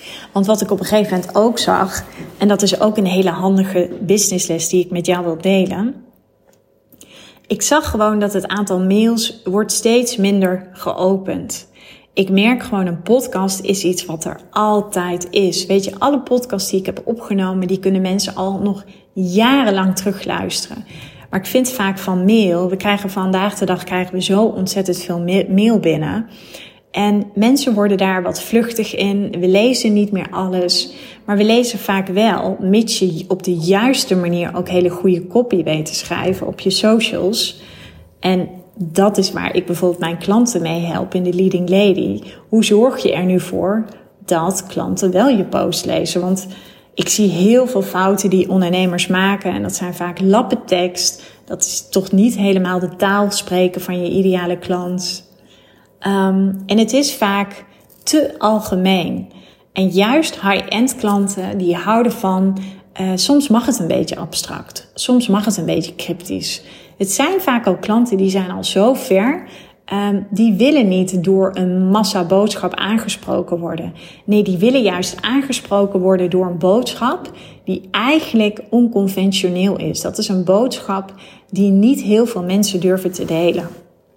Want wat ik op een gegeven moment ook zag, en dat is ook een hele handige businessles die ik met jou wil delen. Ik zag gewoon dat het aantal mails wordt steeds minder geopend. Ik merk gewoon, een podcast is iets wat er altijd is. Weet je, alle podcasts die ik heb opgenomen, die kunnen mensen al nog jarenlang terugluisteren. Maar ik vind vaak van mail, we krijgen vandaag de dag krijgen we zo ontzettend veel mail binnen. En mensen worden daar wat vluchtig in. We lezen niet meer alles. Maar we lezen vaak wel, mits je op de juiste manier ook hele goede copy weet te schrijven op je socials. En dat is waar ik bijvoorbeeld mijn klanten mee help in de Leading Lady. Hoe zorg je er nu voor dat klanten wel je post lezen? Want ik zie heel veel fouten die ondernemers maken. En dat zijn vaak lappen tekst. Dat is toch niet helemaal de taal spreken van je ideale klant. Um, en het is vaak te algemeen. En juist high-end klanten die houden van, uh, soms mag het een beetje abstract. Soms mag het een beetje cryptisch. Het zijn vaak ook klanten die zijn al zo ver, um, die willen niet door een massa boodschap aangesproken worden. Nee, die willen juist aangesproken worden door een boodschap die eigenlijk onconventioneel is. Dat is een boodschap die niet heel veel mensen durven te delen.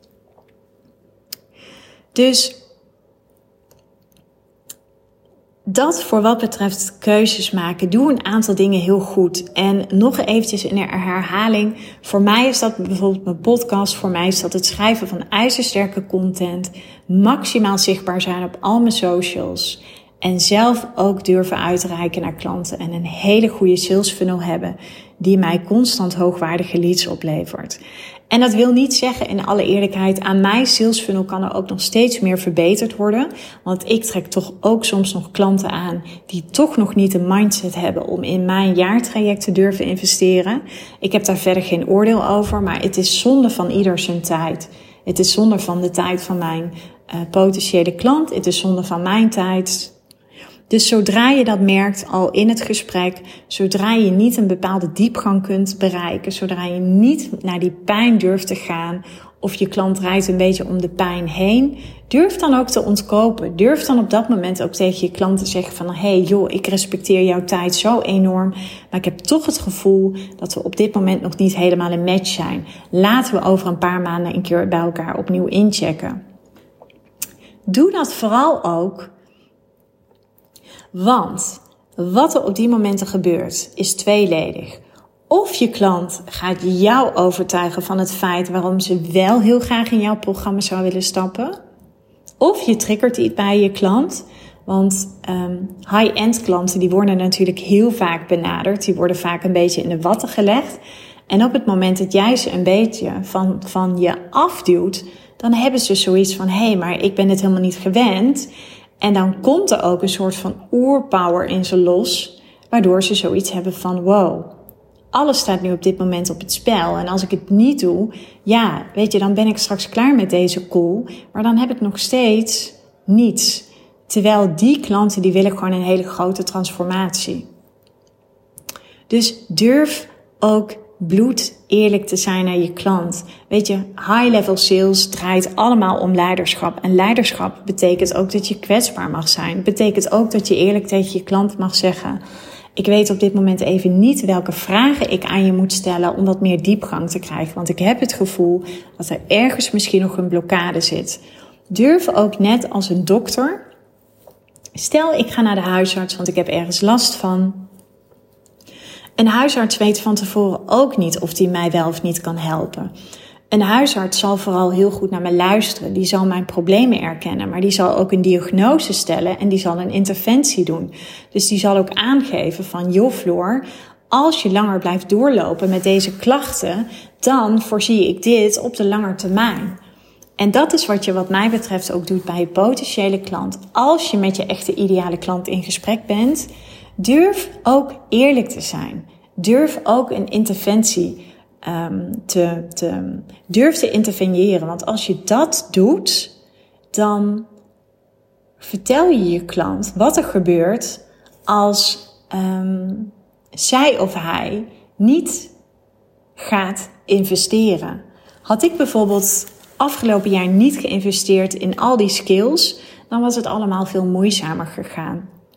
Dus dat voor wat betreft keuzes maken. Doe een aantal dingen heel goed. En nog eventjes in de herhaling. Voor mij is dat bijvoorbeeld mijn podcast. Voor mij is dat het schrijven van ijzersterke content. Maximaal zichtbaar zijn op al mijn socials. En zelf ook durven uitreiken naar klanten. En een hele goede sales funnel hebben die mij constant hoogwaardige leads oplevert. En dat wil niet zeggen, in alle eerlijkheid, aan mijn sales funnel kan er ook nog steeds meer verbeterd worden. Want ik trek toch ook soms nog klanten aan die toch nog niet een mindset hebben om in mijn jaartraject te durven investeren. Ik heb daar verder geen oordeel over, maar het is zonde van ieder zijn tijd. Het is zonde van de tijd van mijn uh, potentiële klant. Het is zonde van mijn tijd. Dus zodra je dat merkt al in het gesprek, zodra je niet een bepaalde diepgang kunt bereiken, zodra je niet naar die pijn durft te gaan of je klant draait een beetje om de pijn heen, durf dan ook te ontkopen. Durf dan op dat moment ook tegen je klant te zeggen van, hé hey, joh, ik respecteer jouw tijd zo enorm, maar ik heb toch het gevoel dat we op dit moment nog niet helemaal een match zijn. Laten we over een paar maanden een keer bij elkaar opnieuw inchecken. Doe dat vooral ook. Want wat er op die momenten gebeurt, is tweeledig. Of je klant gaat jou overtuigen van het feit waarom ze wel heel graag in jouw programma zou willen stappen. Of je triggert iets bij je klant. Want um, high-end klanten die worden natuurlijk heel vaak benaderd. Die worden vaak een beetje in de watten gelegd. En op het moment dat jij ze een beetje van, van je afduwt, dan hebben ze zoiets van, hé, hey, maar ik ben dit helemaal niet gewend. En dan komt er ook een soort van oerpower in ze los, waardoor ze zoiets hebben van, wow, alles staat nu op dit moment op het spel. En als ik het niet doe, ja, weet je, dan ben ik straks klaar met deze call, maar dan heb ik nog steeds niets. Terwijl die klanten, die willen gewoon een hele grote transformatie. Dus durf ook bloed eerlijk te zijn naar je klant. Weet je, high-level sales draait allemaal om leiderschap. En leiderschap betekent ook dat je kwetsbaar mag zijn. Het betekent ook dat je eerlijk tegen je klant mag zeggen, ik weet op dit moment even niet welke vragen ik aan je moet stellen om wat meer diepgang te krijgen. Want ik heb het gevoel dat er ergens misschien nog een blokkade zit. Durf ook net als een dokter. Stel, ik ga naar de huisarts, want ik heb ergens last van. Een huisarts weet van tevoren ook niet of die mij wel of niet kan helpen. Een huisarts zal vooral heel goed naar me luisteren. Die zal mijn problemen erkennen, maar die zal ook een diagnose stellen en die zal een interventie doen. Dus die zal ook aangeven van, joh Floor, als je langer blijft doorlopen met deze klachten, dan voorzie ik dit op de lange termijn. En dat is wat je wat mij betreft ook doet bij je potentiële klant. Als je met je echte ideale klant in gesprek bent, durf ook eerlijk te zijn. Durf ook een interventie um, te, te, durf te interveneren. Want als je dat doet, dan vertel je je klant wat er gebeurt als um, zij of hij niet gaat investeren. Had ik bijvoorbeeld afgelopen jaar niet geïnvesteerd in al die skills, dan was het allemaal veel moeizamer gegaan.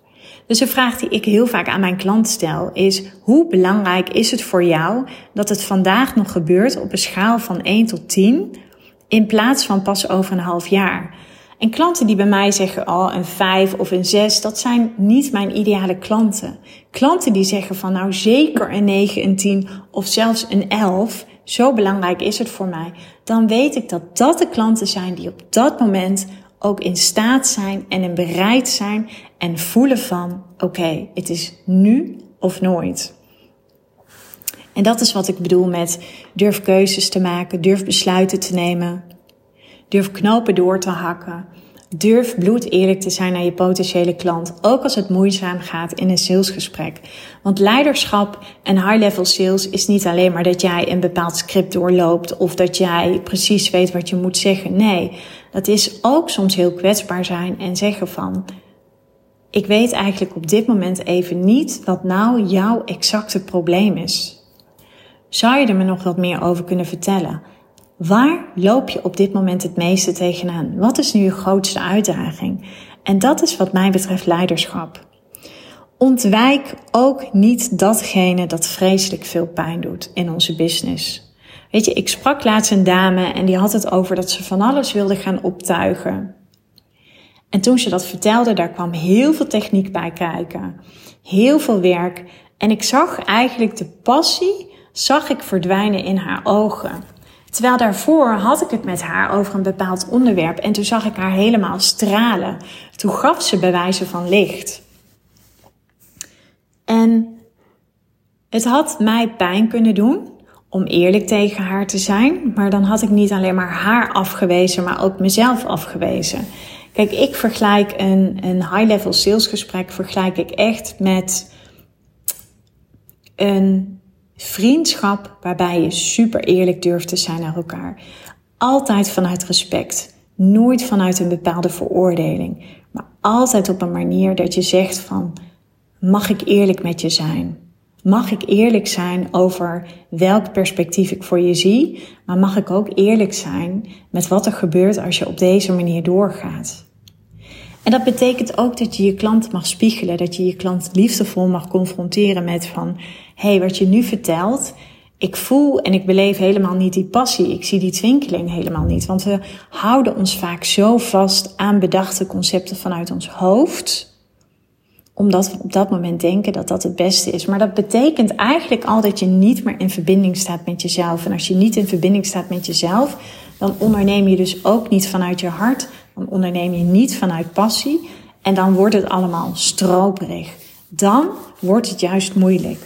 Dus de vraag die ik heel vaak aan mijn klant stel is: hoe belangrijk is het voor jou dat het vandaag nog gebeurt op een schaal van één tot tien in plaats van pas over een half jaar? En klanten die bij mij zeggen, oh, een vijf of een zes, dat zijn niet mijn ideale klanten. Klanten die zeggen van nou zeker een negen, een tien of zelfs een elf, zo belangrijk is het voor mij. Dan weet ik dat dat de klanten zijn die op dat moment ook in staat zijn en in bereid zijn en voelen van oké, okay, het is nu of nooit. En dat is wat ik bedoel met durf keuzes te maken, durf besluiten te nemen. Durf knopen door te hakken. Durf bloed eerlijk te zijn naar je potentiële klant. Ook als het moeizaam gaat in een salesgesprek. Want leiderschap en high-level sales is niet alleen maar dat jij een bepaald script doorloopt. Of dat jij precies weet wat je moet zeggen. Nee, dat is ook soms heel kwetsbaar zijn en zeggen van: ik weet eigenlijk op dit moment even niet wat nou jouw exacte probleem is. Zou je er me nog wat meer over kunnen vertellen? Waar loop je op dit moment het meeste tegenaan? Wat is nu je grootste uitdaging? En dat is wat mij betreft leiderschap. Ontwijk ook niet datgene dat vreselijk veel pijn doet in onze business. Weet je, ik sprak laatst een dame en die had het over dat ze van alles wilde gaan optuigen. En toen ze dat vertelde, daar kwam heel veel techniek bij kijken. Heel veel werk. En ik zag eigenlijk de passie, zag ik verdwijnen in haar ogen. Terwijl daarvoor had ik het met haar over een bepaald onderwerp en toen zag ik haar helemaal stralen. Toen gaf ze bewijzen van licht. En het had mij pijn kunnen doen om eerlijk tegen haar te zijn, maar dan had ik niet alleen maar haar afgewezen, maar ook mezelf afgewezen. Kijk, ik vergelijk een, een high-level salesgesprek vergelijk ik echt met een vriendschap waarbij je super eerlijk durft te zijn naar elkaar. Altijd vanuit respect. Nooit vanuit een bepaalde veroordeling. Maar altijd op een manier dat je zegt van: mag ik eerlijk met je zijn? Mag ik eerlijk zijn over welk perspectief ik voor je zie? Maar mag ik ook eerlijk zijn met wat er gebeurt als je op deze manier doorgaat? En dat betekent ook dat je je klant mag spiegelen. Dat je je klant liefdevol mag confronteren met van: hé, hey, wat je nu vertelt, ik voel en ik beleef helemaal niet die passie. Ik zie die twinkeling helemaal niet. Want we houden ons vaak zo vast aan bedachte concepten vanuit ons hoofd, omdat we op dat moment denken dat dat het beste is. Maar dat betekent eigenlijk al dat je niet meer in verbinding staat met jezelf. En als je niet in verbinding staat met jezelf, dan onderneem je dus ook niet vanuit je hart. Dan onderneem je niet vanuit passie. En dan wordt het allemaal stroperig. Dan wordt het juist moeilijk.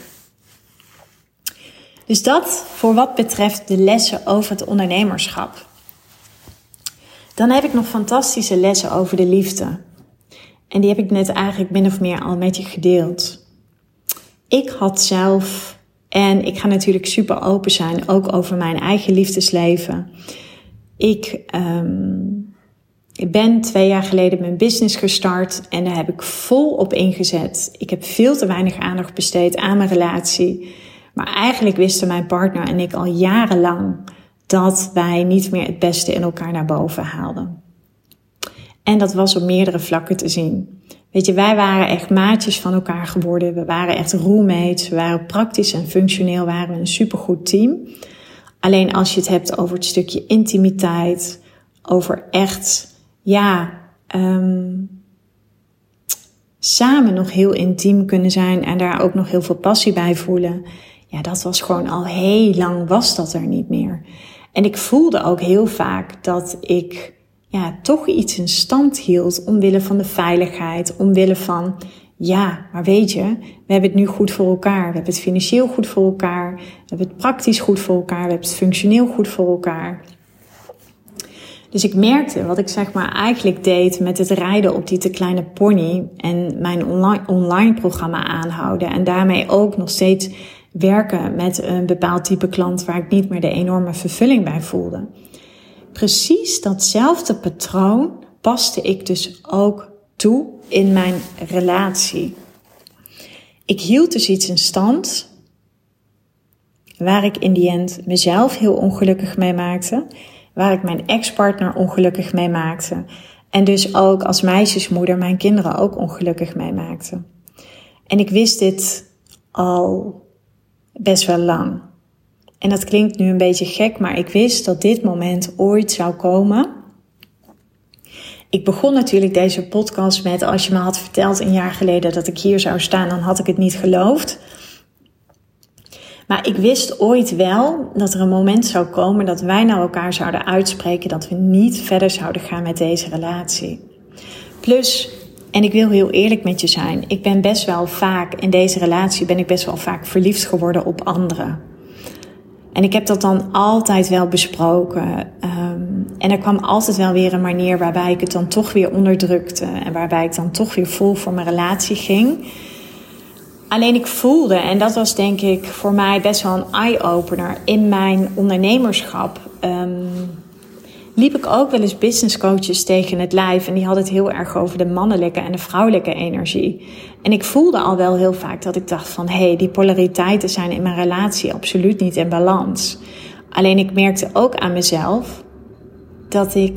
Dus dat voor wat betreft de lessen over het ondernemerschap. Dan heb ik nog fantastische lessen over de liefde. En die heb ik net eigenlijk min of meer al met je gedeeld. Ik had zelf, en ik ga natuurlijk super open zijn, ook over mijn eigen liefdesleven. Ik, um, ik ben twee jaar geleden mijn business gestart en daar heb ik vol op ingezet. Ik heb veel te weinig aandacht besteed aan mijn relatie. Maar eigenlijk wisten mijn partner en ik al jarenlang dat wij niet meer het beste in elkaar naar boven haalden. En dat was op meerdere vlakken te zien. Weet je, wij waren echt maatjes van elkaar geworden. We waren echt roommates. We waren praktisch en functioneel. waren we een supergoed team. Alleen als je het hebt over het stukje intimiteit. Over echt, ja, um, samen nog heel intiem kunnen zijn. En daar ook nog heel veel passie bij voelen. Ja, dat was gewoon al heel lang was dat er niet meer. En ik voelde ook heel vaak dat ik ja, toch iets in stand hield omwille van de veiligheid, omwille van, ja, maar weet je, we hebben het nu goed voor elkaar. We hebben het financieel goed voor elkaar. We hebben het praktisch goed voor elkaar. We hebben het functioneel goed voor elkaar. Dus ik merkte wat ik zeg maar eigenlijk deed met het rijden op die te kleine pony en mijn online, online programma aanhouden. En daarmee ook nog steeds werken met een bepaald type klant waar ik niet meer de enorme vervulling bij voelde. Precies datzelfde patroon paste ik dus ook toe in mijn relatie. Ik hield dus iets in stand waar ik in die end mezelf heel ongelukkig mee maakte, waar ik mijn ex-partner ongelukkig mee maakte en dus ook als meisjesmoeder mijn kinderen ook ongelukkig mee maakte. En ik wist dit al best wel lang. En dat klinkt nu een beetje gek, maar ik wist dat dit moment ooit zou komen. Ik begon natuurlijk deze podcast met, als je me had verteld een jaar geleden dat ik hier zou staan, dan had ik het niet geloofd. Maar ik wist ooit wel dat er een moment zou komen dat wij naar elkaar zouden uitspreken dat we niet verder zouden gaan met deze relatie. Plus, en ik wil heel eerlijk met je zijn, ik ben best wel vaak, in deze relatie ben ik best wel vaak verliefd geworden op anderen. En ik heb dat dan altijd wel besproken. Um, en er kwam altijd wel weer een manier waarbij ik het dan toch weer onderdrukte. En waarbij ik dan toch weer vol voor mijn relatie ging. Alleen ik voelde, en dat was denk ik voor mij best wel een eye-opener in mijn ondernemerschap. Um, liep ik ook wel eens business coaches tegen het lijf. En die hadden het heel erg over de mannelijke en de vrouwelijke energie. En ik voelde al wel heel vaak dat ik dacht van, hé, hey, die polariteiten zijn in mijn relatie absoluut niet in balans. Alleen ik merkte ook aan mezelf dat ik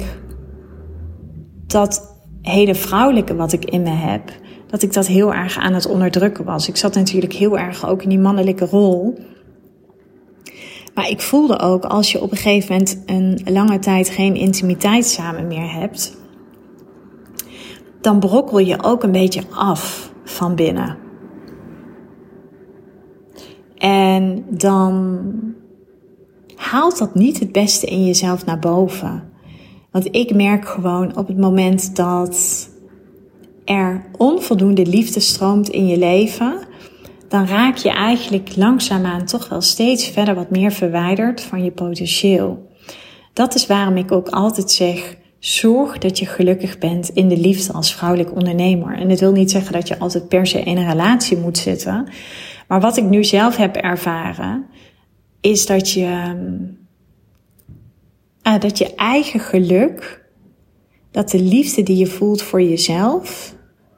dat hele vrouwelijke wat ik in me heb, dat ik dat heel erg aan het onderdrukken was. Ik zat natuurlijk heel erg ook in die mannelijke rol. Maar ik voelde ook, als je op een gegeven moment een lange tijd geen intimiteit samen meer hebt, dan brokkel je ook een beetje af van binnen. En dan haalt dat niet het beste in jezelf naar boven. Want ik merk gewoon op het moment dat er onvoldoende liefde stroomt in je leven, dan raak je eigenlijk langzaamaan toch wel steeds verder wat meer verwijderd van je potentieel. Dat is waarom ik ook altijd zeg, zorg dat je gelukkig bent in de liefde als vrouwelijk ondernemer. En dat wil niet zeggen dat je altijd per se in een relatie moet zitten. Maar wat ik nu zelf heb ervaren, is dat je, uh, dat je eigen geluk, dat de liefde die je voelt voor jezelf,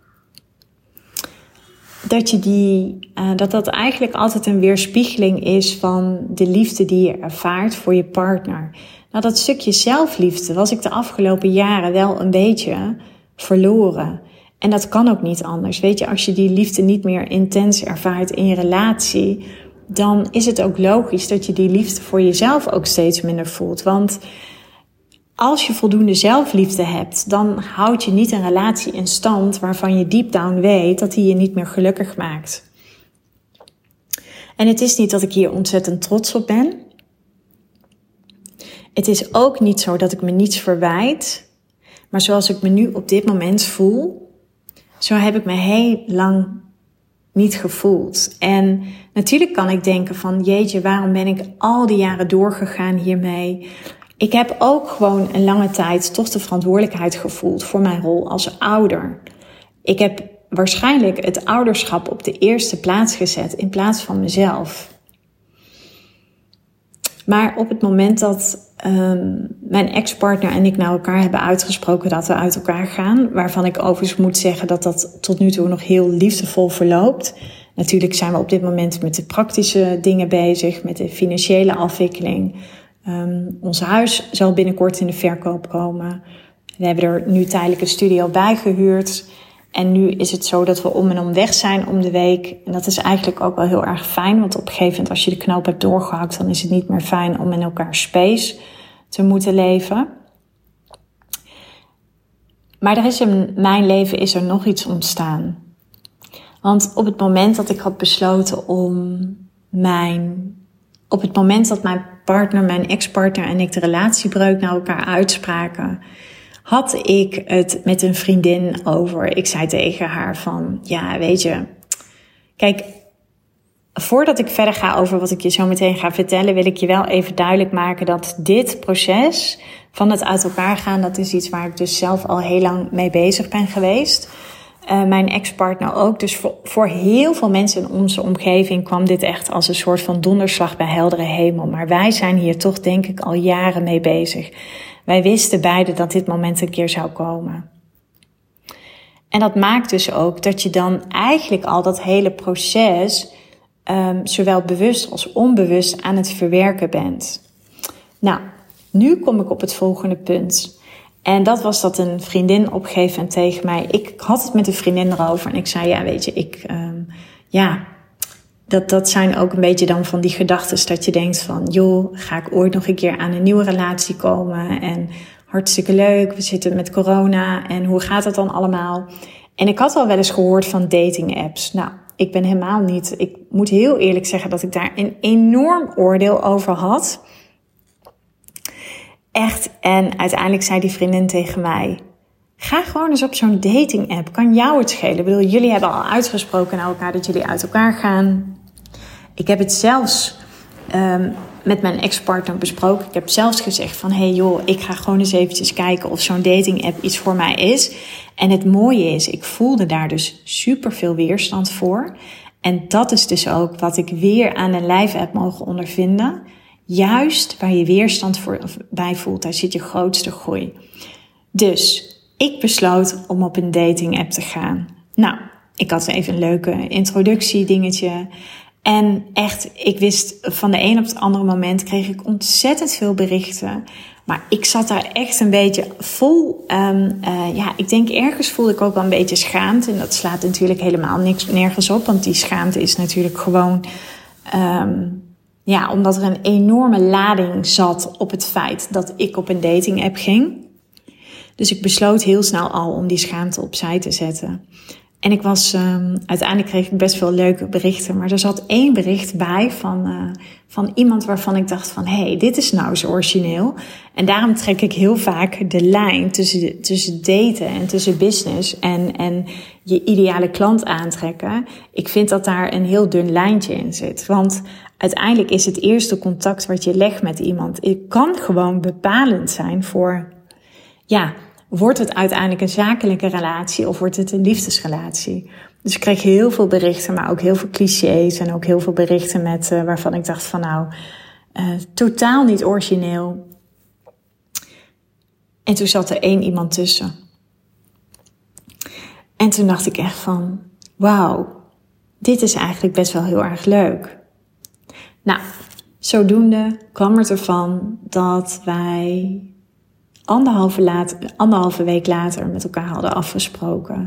dat je die, uh, dat dat eigenlijk altijd een weerspiegeling is van de liefde die je ervaart voor je partner. Nou, dat stukje zelfliefde was ik de afgelopen jaren wel een beetje verloren. En dat kan ook niet anders. Weet je, als je die liefde niet meer intens ervaart in je relatie, dan is het ook logisch dat je die liefde voor jezelf ook steeds minder voelt. Want als je voldoende zelfliefde hebt, dan houd je niet een relatie in stand waarvan je deep down weet dat die je niet meer gelukkig maakt. En het is niet dat ik hier ontzettend trots op ben. Het is ook niet zo dat ik me niets verwijt. Maar zoals ik me nu op dit moment voel, zo heb ik me heel lang niet gevoeld. En natuurlijk kan ik denken van, jeetje, waarom ben ik al die jaren doorgegaan hiermee? Ik heb ook gewoon een lange tijd toch de verantwoordelijkheid gevoeld voor mijn rol als ouder. Ik heb waarschijnlijk het ouderschap op de eerste plaats gezet in plaats van mezelf. Maar op het moment dat um, mijn ex-partner en ik naar elkaar hebben uitgesproken dat we uit elkaar gaan, waarvan ik overigens moet zeggen dat dat tot nu toe nog heel liefdevol verloopt. Natuurlijk zijn we op dit moment met de praktische dingen bezig, met de financiële afwikkeling. Um, ons huis zal binnenkort in de verkoop komen. We hebben er nu tijdelijk een studio bij gehuurd. En nu is het zo dat we om en om weg zijn om de week. En dat is eigenlijk ook wel heel erg fijn. Want op een gegeven moment als je de knoop hebt doorgehakt, dan is het niet meer fijn om in elkaar space te moeten leven. Maar er is in mijn leven is er nog iets ontstaan. Want op het moment dat ik had besloten om mijn... Op het moment dat mijn partner, mijn ex-partner en ik de relatiebreuk naar elkaar uitspraken, had ik het met een vriendin over. Ik zei tegen haar van, ja, weet je, kijk, voordat ik verder ga over wat ik je zo meteen ga vertellen, wil ik je wel even duidelijk maken dat dit proces van het uit elkaar gaan, dat is iets waar ik dus zelf al heel lang mee bezig ben geweest. Uh, mijn ex-partner ook. Dus voor, voor heel veel mensen in onze omgeving kwam dit echt als een soort van donderslag bij heldere hemel. Maar wij zijn hier toch denk ik al jaren mee bezig. Wij wisten beide dat dit moment een keer zou komen. En dat maakt dus ook dat je dan eigenlijk al dat hele proces um, zowel bewust als onbewust aan het verwerken bent. Nou, nu kom ik op het volgende punt. En dat was dat een vriendin op een gegeven moment tegen mij... Ik had het met een vriendin erover en ik zei, ja weet je, ik, um, ja, dat, dat zijn ook een beetje dan van die gedachten dat je denkt van, joh, ga ik ooit nog een keer aan een nieuwe relatie komen? En hartstikke leuk, we zitten met corona en hoe gaat het dan allemaal? En ik had al wel eens gehoord van dating apps. Nou, ik ben helemaal niet, ik moet heel eerlijk zeggen dat ik daar een enorm oordeel over had. Echt, en uiteindelijk zei die vriendin tegen mij, ga gewoon eens op zo'n dating app, kan jou het schelen? Ik bedoel, jullie hebben al uitgesproken naar elkaar dat jullie uit elkaar gaan. Ik heb het zelfs um, met mijn ex-partner besproken. Ik heb zelfs gezegd van, hey joh, ik ga gewoon eens eventjes kijken of zo'n dating app iets voor mij is. En het mooie is, ik voelde daar dus super veel weerstand voor. En dat is dus ook wat ik weer aan een lijf heb mogen ondervinden. Juist waar je weerstand voor, bij voelt, daar zit je grootste groei. Dus ik besloot om op een dating app te gaan. Nou, ik had even een leuke introductiedingetje. En echt, ik wist van de een op het andere moment kreeg ik ontzettend veel berichten. Maar ik zat daar echt een beetje vol. Um, uh, ja, ik denk ergens voelde ik ook wel een beetje schaamte. En dat slaat natuurlijk helemaal niks, nergens op. Want die schaamte is natuurlijk gewoon, Um, ja, omdat er een enorme lading zat op het feit dat ik op een dating app ging. Dus ik besloot heel snel al om die schaamte opzij te zetten. En ik was, um, uiteindelijk kreeg ik best veel leuke berichten. Maar er zat één bericht bij van, uh, van iemand waarvan ik dacht van, hé, hey, dit is nou eens origineel. En daarom trek ik heel vaak de lijn tussen, tussen daten en tussen business en, en je ideale klant aantrekken. Ik vind dat daar een heel dun lijntje in zit. Want uiteindelijk is het eerste contact wat je legt met iemand, het kan gewoon bepalend zijn voor, ja, wordt het uiteindelijk een zakelijke relatie of wordt het een liefdesrelatie? Dus ik kreeg heel veel berichten, maar ook heel veel clichés en ook heel veel berichten met uh, waarvan ik dacht van nou, uh, totaal niet origineel. En toen zat er één iemand tussen. En toen dacht ik echt van, wauw, dit is eigenlijk best wel heel erg leuk. Nou, zodoende kwam het ervan dat wij Anderhalve, later, anderhalve week later met elkaar hadden afgesproken.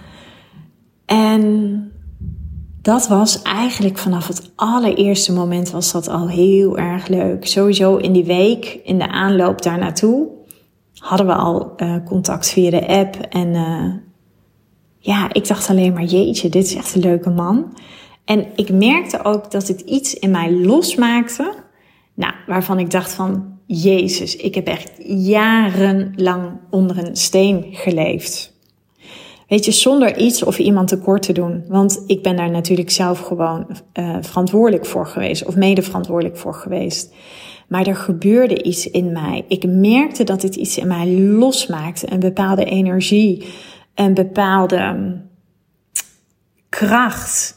En dat was eigenlijk vanaf het allereerste moment was dat al heel erg leuk. Sowieso in die week, in de aanloop daar naartoe, hadden we al uh, contact via de app. En uh, ja, ik dacht alleen maar, jeetje, dit is echt een leuke man. En ik merkte ook dat het iets in mij losmaakte. Nou, waarvan ik dacht van, Jezus, ik heb echt jarenlang onder een steen geleefd. Weet je, zonder iets of iemand tekort te doen. Want ik ben daar natuurlijk zelf gewoon uh, verantwoordelijk voor geweest. Of mede verantwoordelijk voor geweest. Maar er gebeurde iets in mij. Ik merkte dat het iets in mij losmaakte. Een bepaalde energie. Een bepaalde um, kracht.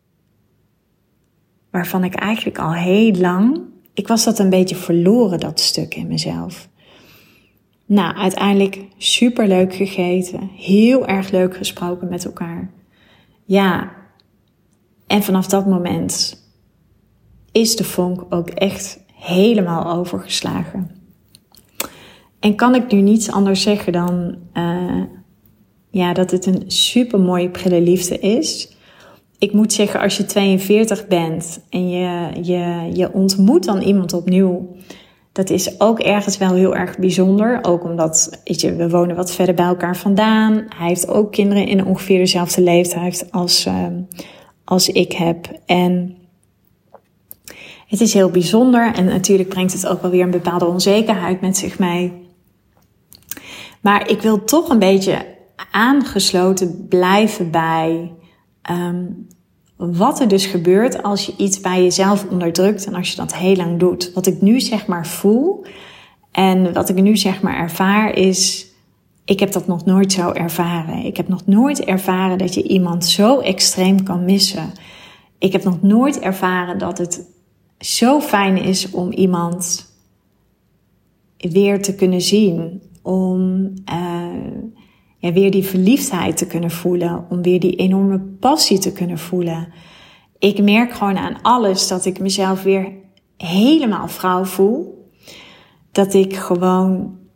Waarvan ik eigenlijk al heel lang, ik was dat een beetje verloren, dat stuk in mezelf. Nou, uiteindelijk superleuk gegeten. Heel erg leuk gesproken met elkaar. Ja, en vanaf dat moment is de vonk ook echt helemaal overgeslagen. En kan ik nu niets anders zeggen dan uh, ja, dat het een supermooie prille liefde is. Ik moet zeggen, als je tweeënveertig bent en je, je, je ontmoet dan iemand opnieuw, dat is ook ergens wel heel erg bijzonder. Ook omdat, weet je, we wonen wat verder bij elkaar vandaan. Hij heeft ook kinderen in ongeveer dezelfde leeftijd als, uh, als ik heb. En het is heel bijzonder. En natuurlijk brengt het ook wel weer een bepaalde onzekerheid met zich mee. Maar ik wil toch een beetje aangesloten blijven bij Um, wat er dus gebeurt als je iets bij jezelf onderdrukt en als je dat heel lang doet. Wat ik nu zeg maar voel en wat ik nu zeg maar ervaar is, ik heb dat nog nooit zo ervaren. Ik heb nog nooit ervaren dat je iemand zo extreem kan missen. Ik heb nog nooit ervaren dat het zo fijn is om iemand weer te kunnen zien, om uh, Ja, weer die verliefdheid te kunnen voelen. Om weer die enorme passie te kunnen voelen. Ik merk gewoon aan alles dat ik mezelf weer helemaal vrouw voel. Dat ik gewoon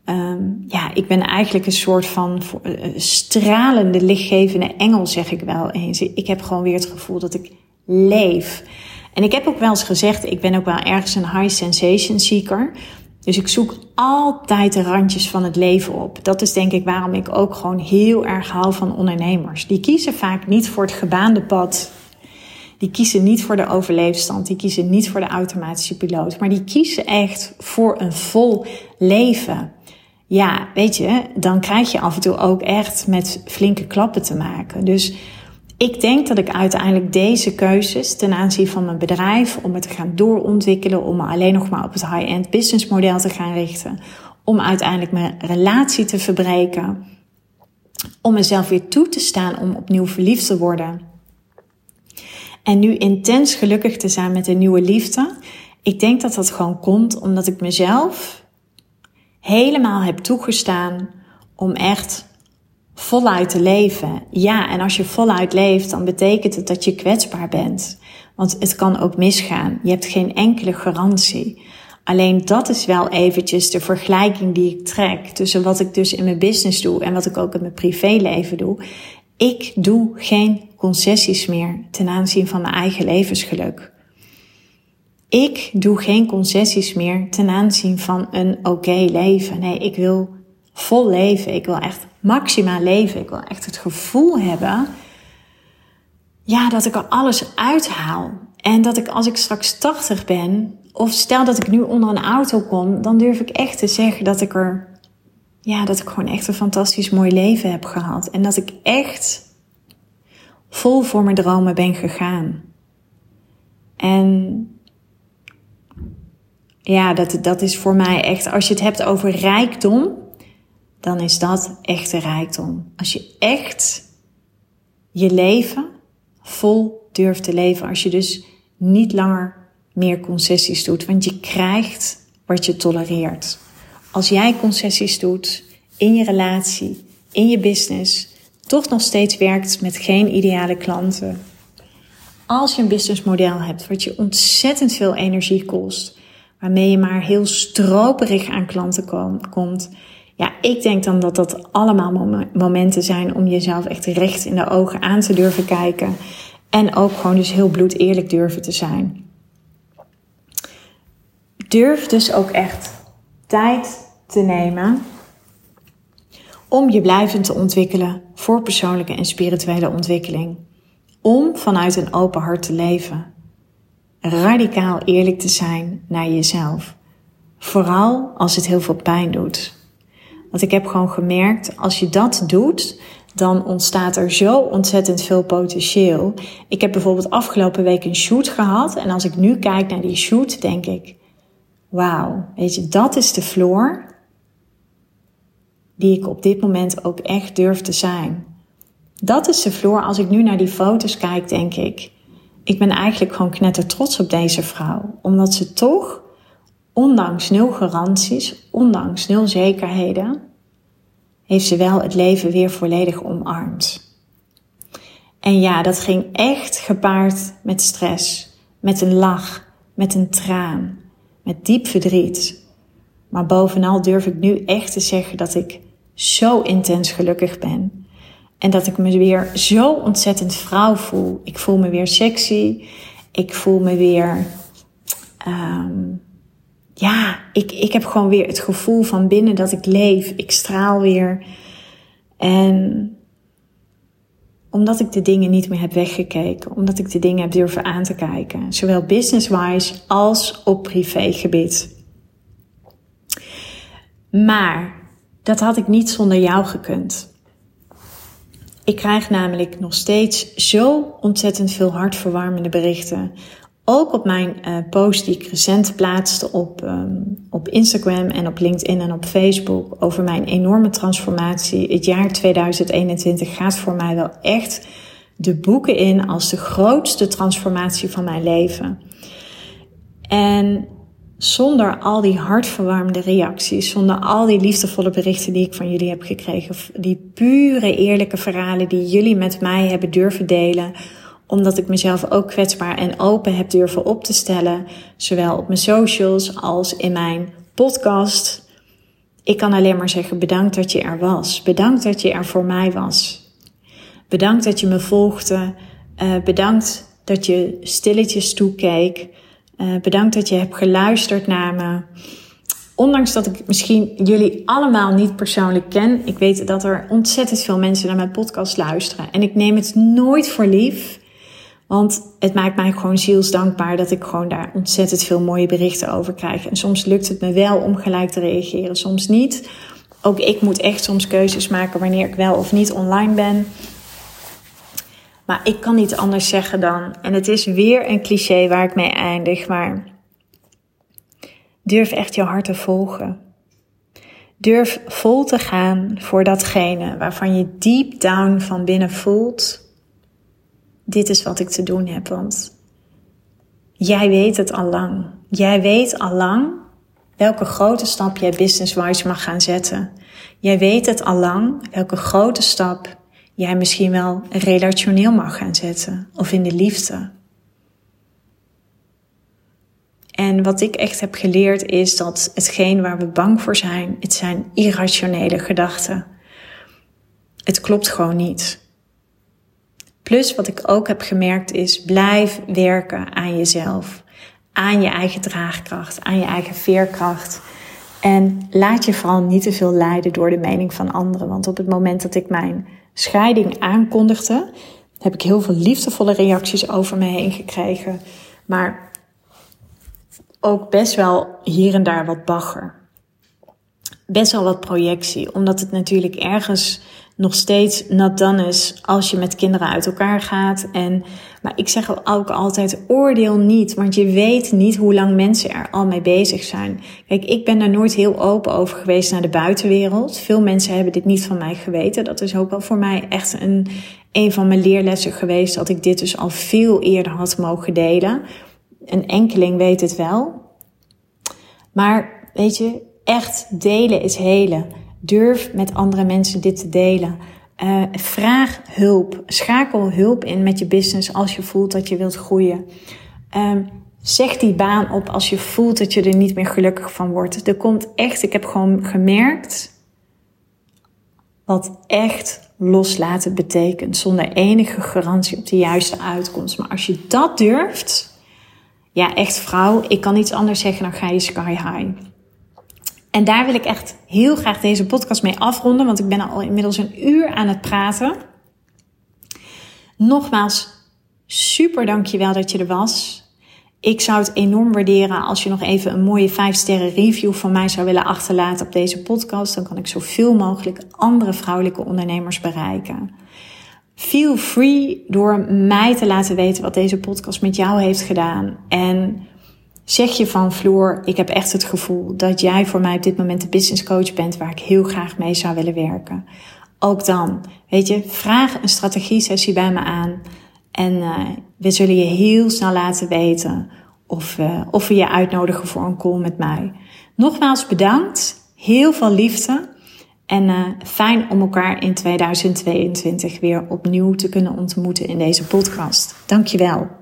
Um, ja, ik ben eigenlijk een soort van uh, stralende, lichtgevende engel, zeg ik wel eens. Ik heb gewoon weer het gevoel dat ik leef. En ik heb ook wel eens gezegd, ik ben ook wel ergens een high sensation seeker. Dus ik zoek altijd de randjes van het leven op. Dat is denk ik waarom ik ook gewoon heel erg hou van ondernemers. Die kiezen vaak niet voor het gebaande pad. Die kiezen niet voor de overleefstand. Die kiezen niet voor de automatische piloot. Maar die kiezen echt voor een vol leven. Ja, weet je, dan krijg je af en toe ook echt met flinke klappen te maken. Dus ik denk dat ik uiteindelijk deze keuzes ten aanzien van mijn bedrijf, om het te gaan doorontwikkelen, om me alleen nog maar op het high-end business model te gaan richten, om uiteindelijk mijn relatie te verbreken, om mezelf weer toe te staan om opnieuw verliefd te worden. En nu intens gelukkig te zijn met een nieuwe liefde. Ik denk dat dat gewoon komt omdat ik mezelf helemaal heb toegestaan om echt voluit te leven. Ja, en als je voluit leeft, dan betekent het dat je kwetsbaar bent. Want het kan ook misgaan. Je hebt geen enkele garantie. Alleen dat is wel eventjes de vergelijking die ik trek tussen wat ik dus in mijn business doe en wat ik ook in mijn privéleven doe. Ik doe geen concessies meer ten aanzien van mijn eigen levensgeluk. Ik doe geen concessies meer ten aanzien van een oké leven. Nee, ik wil vol leven. Ik wil echt maximaal leven. Ik wil echt het gevoel hebben, ja, dat ik er alles uithaal. En dat ik als ik straks tachtig ben, of stel dat ik nu onder een auto kom, dan durf ik echt te zeggen dat ik er, ja, dat ik gewoon echt een fantastisch mooi leven heb gehad. En dat ik echt vol voor mijn dromen ben gegaan. En ja, dat, dat is voor mij echt, als je het hebt over rijkdom, dan is dat echte rijkdom. Als je echt je leven vol durft te leven. Als je dus niet langer meer concessies doet. Want je krijgt wat je tolereert. Als jij concessies doet in je relatie, in je business, toch nog steeds werkt met geen ideale klanten. Als je een businessmodel hebt wat je ontzettend veel energie kost, waarmee je maar heel stroperig aan klanten kom, komt. Ja, ik denk dan dat dat allemaal mom- momenten zijn om jezelf echt recht in de ogen aan te durven kijken. En ook gewoon dus heel bloedeerlijk durven te zijn. Durf dus ook echt tijd te nemen om je blijvend te ontwikkelen voor persoonlijke en spirituele ontwikkeling. Om vanuit een open hart te leven. Radicaal eerlijk te zijn naar jezelf. Vooral als het heel veel pijn doet. Want ik heb gewoon gemerkt, als je dat doet, dan ontstaat er zo ontzettend veel potentieel. Ik heb bijvoorbeeld afgelopen week een shoot gehad. En als ik nu kijk naar die shoot, denk ik, wauw, weet je, dat is de Floor die ik op dit moment ook echt durf te zijn. Dat is de Floor, als ik nu naar die foto's kijk, denk ik, ik ben eigenlijk gewoon knetter trots op deze vrouw. Omdat ze toch, ondanks nul garanties, ondanks nul zekerheden, heeft ze wel het leven weer volledig omarmd. En ja, dat ging echt gepaard met stress, met een lach, met een traan, met diep verdriet. Maar bovenal durf ik nu echt te zeggen dat ik zo intens gelukkig ben. En dat ik me weer zo ontzettend vrouw voel. Ik voel me weer sexy. Ik voel me weer, Um, ja, ik, ik heb gewoon weer het gevoel van binnen dat ik leef. Ik straal weer. En omdat ik de dingen niet meer heb weggekeken. Omdat ik de dingen heb durven aan te kijken. Zowel business-wise als op privégebied. Maar dat had ik niet zonder jou gekund. Ik krijg namelijk nog steeds zo ontzettend veel hartverwarmende berichten. Ook op mijn uh, post die ik recent plaatste op, um, op Instagram en op LinkedIn en op Facebook over mijn enorme transformatie. Het jaar tweeduizend eenentwintig gaat voor mij wel echt de boeken in als de grootste transformatie van mijn leven. En zonder al die hartverwarmende reacties, zonder al die liefdevolle berichten die ik van jullie heb gekregen, die pure eerlijke verhalen die jullie met mij hebben durven delen, omdat ik mezelf ook kwetsbaar en open heb durven op te stellen, zowel op mijn socials als in mijn podcast. ik kan alleen maar zeggen, bedankt dat je er was. Bedankt dat je er voor mij was. Bedankt dat je me volgde. Uh, bedankt dat je stilletjes toekeek. Uh, bedankt dat je hebt geluisterd naar me. Ondanks dat ik misschien jullie allemaal niet persoonlijk ken. Ik weet dat er ontzettend veel mensen naar mijn podcast luisteren. En ik neem het nooit voor lief. Want het maakt mij gewoon zielsdankbaar dat ik gewoon daar ontzettend veel mooie berichten over krijg. En soms lukt het me wel om gelijk te reageren, soms niet. Ook ik moet echt soms keuzes maken wanneer ik wel of niet online ben. Maar ik kan niet anders zeggen dan, en het is weer een cliché waar ik mee eindig, maar durf echt je hart te volgen. Durf vol te gaan voor datgene waarvan je deep down van binnen voelt, dit is wat ik te doen heb, want jij weet het al lang. Jij weet al lang welke grote stap jij business-wise mag gaan zetten. Jij weet het al lang welke grote stap jij misschien wel relationeel mag gaan zetten. Of in de liefde. En wat ik echt heb geleerd is dat hetgeen waar we bang voor zijn, het zijn irrationele gedachten. Het klopt gewoon niet. Plus wat ik ook heb gemerkt is, blijf werken aan jezelf. Aan je eigen draagkracht, aan je eigen veerkracht. En laat je vooral niet te veel leiden door de mening van anderen. Want op het moment dat ik mijn scheiding aankondigde, heb ik heel veel liefdevolle reacties over me heen gekregen. Maar ook best wel hier en daar wat bagger. Best wel wat projectie, omdat het natuurlijk ergens nog steeds not done is als je met kinderen uit elkaar gaat. En, maar ik zeg ook altijd, oordeel niet, want je weet niet hoe lang mensen er al mee bezig zijn. Kijk, ik ben daar nooit heel open over geweest naar de buitenwereld. Veel mensen hebben dit niet van mij geweten. Dat is ook wel voor mij echt een, een van mijn leerlessen geweest, dat ik dit dus al veel eerder had mogen delen. Een enkeling weet het wel. Maar weet je, echt delen is helen. Durf met andere mensen dit te delen. Uh, vraag hulp. Schakel hulp in met je business als je voelt dat je wilt groeien. Uh, zeg die baan op als je voelt dat je er niet meer gelukkig van wordt. Er komt echt, ik heb gewoon gemerkt wat echt loslaten betekent. Zonder enige garantie op de juiste uitkomst. Maar als je dat durft, ja echt vrouw, ik kan niets anders zeggen dan ga je sky high. En daar wil ik echt heel graag deze podcast mee afronden, want ik ben al inmiddels een uur aan het praten. Nogmaals, super dankjewel dat je er was. Ik zou het enorm waarderen als je nog even een mooie vijf sterren review van mij zou willen achterlaten op deze podcast. Dan kan ik zoveel mogelijk andere vrouwelijke ondernemers bereiken. Feel free door mij te laten weten wat deze podcast met jou heeft gedaan. En zeg je van Floor, ik heb echt het gevoel dat jij voor mij op dit moment de business coach bent waar ik heel graag mee zou willen werken. Ook dan, weet je, vraag een strategie-sessie bij me aan. En uh, we zullen je heel snel laten weten of, uh, of we je uitnodigen voor een call met mij. Nogmaals bedankt, heel veel liefde. En uh, fijn om elkaar in tweeduizend tweeëntwintig weer opnieuw te kunnen ontmoeten in deze podcast. Dankjewel.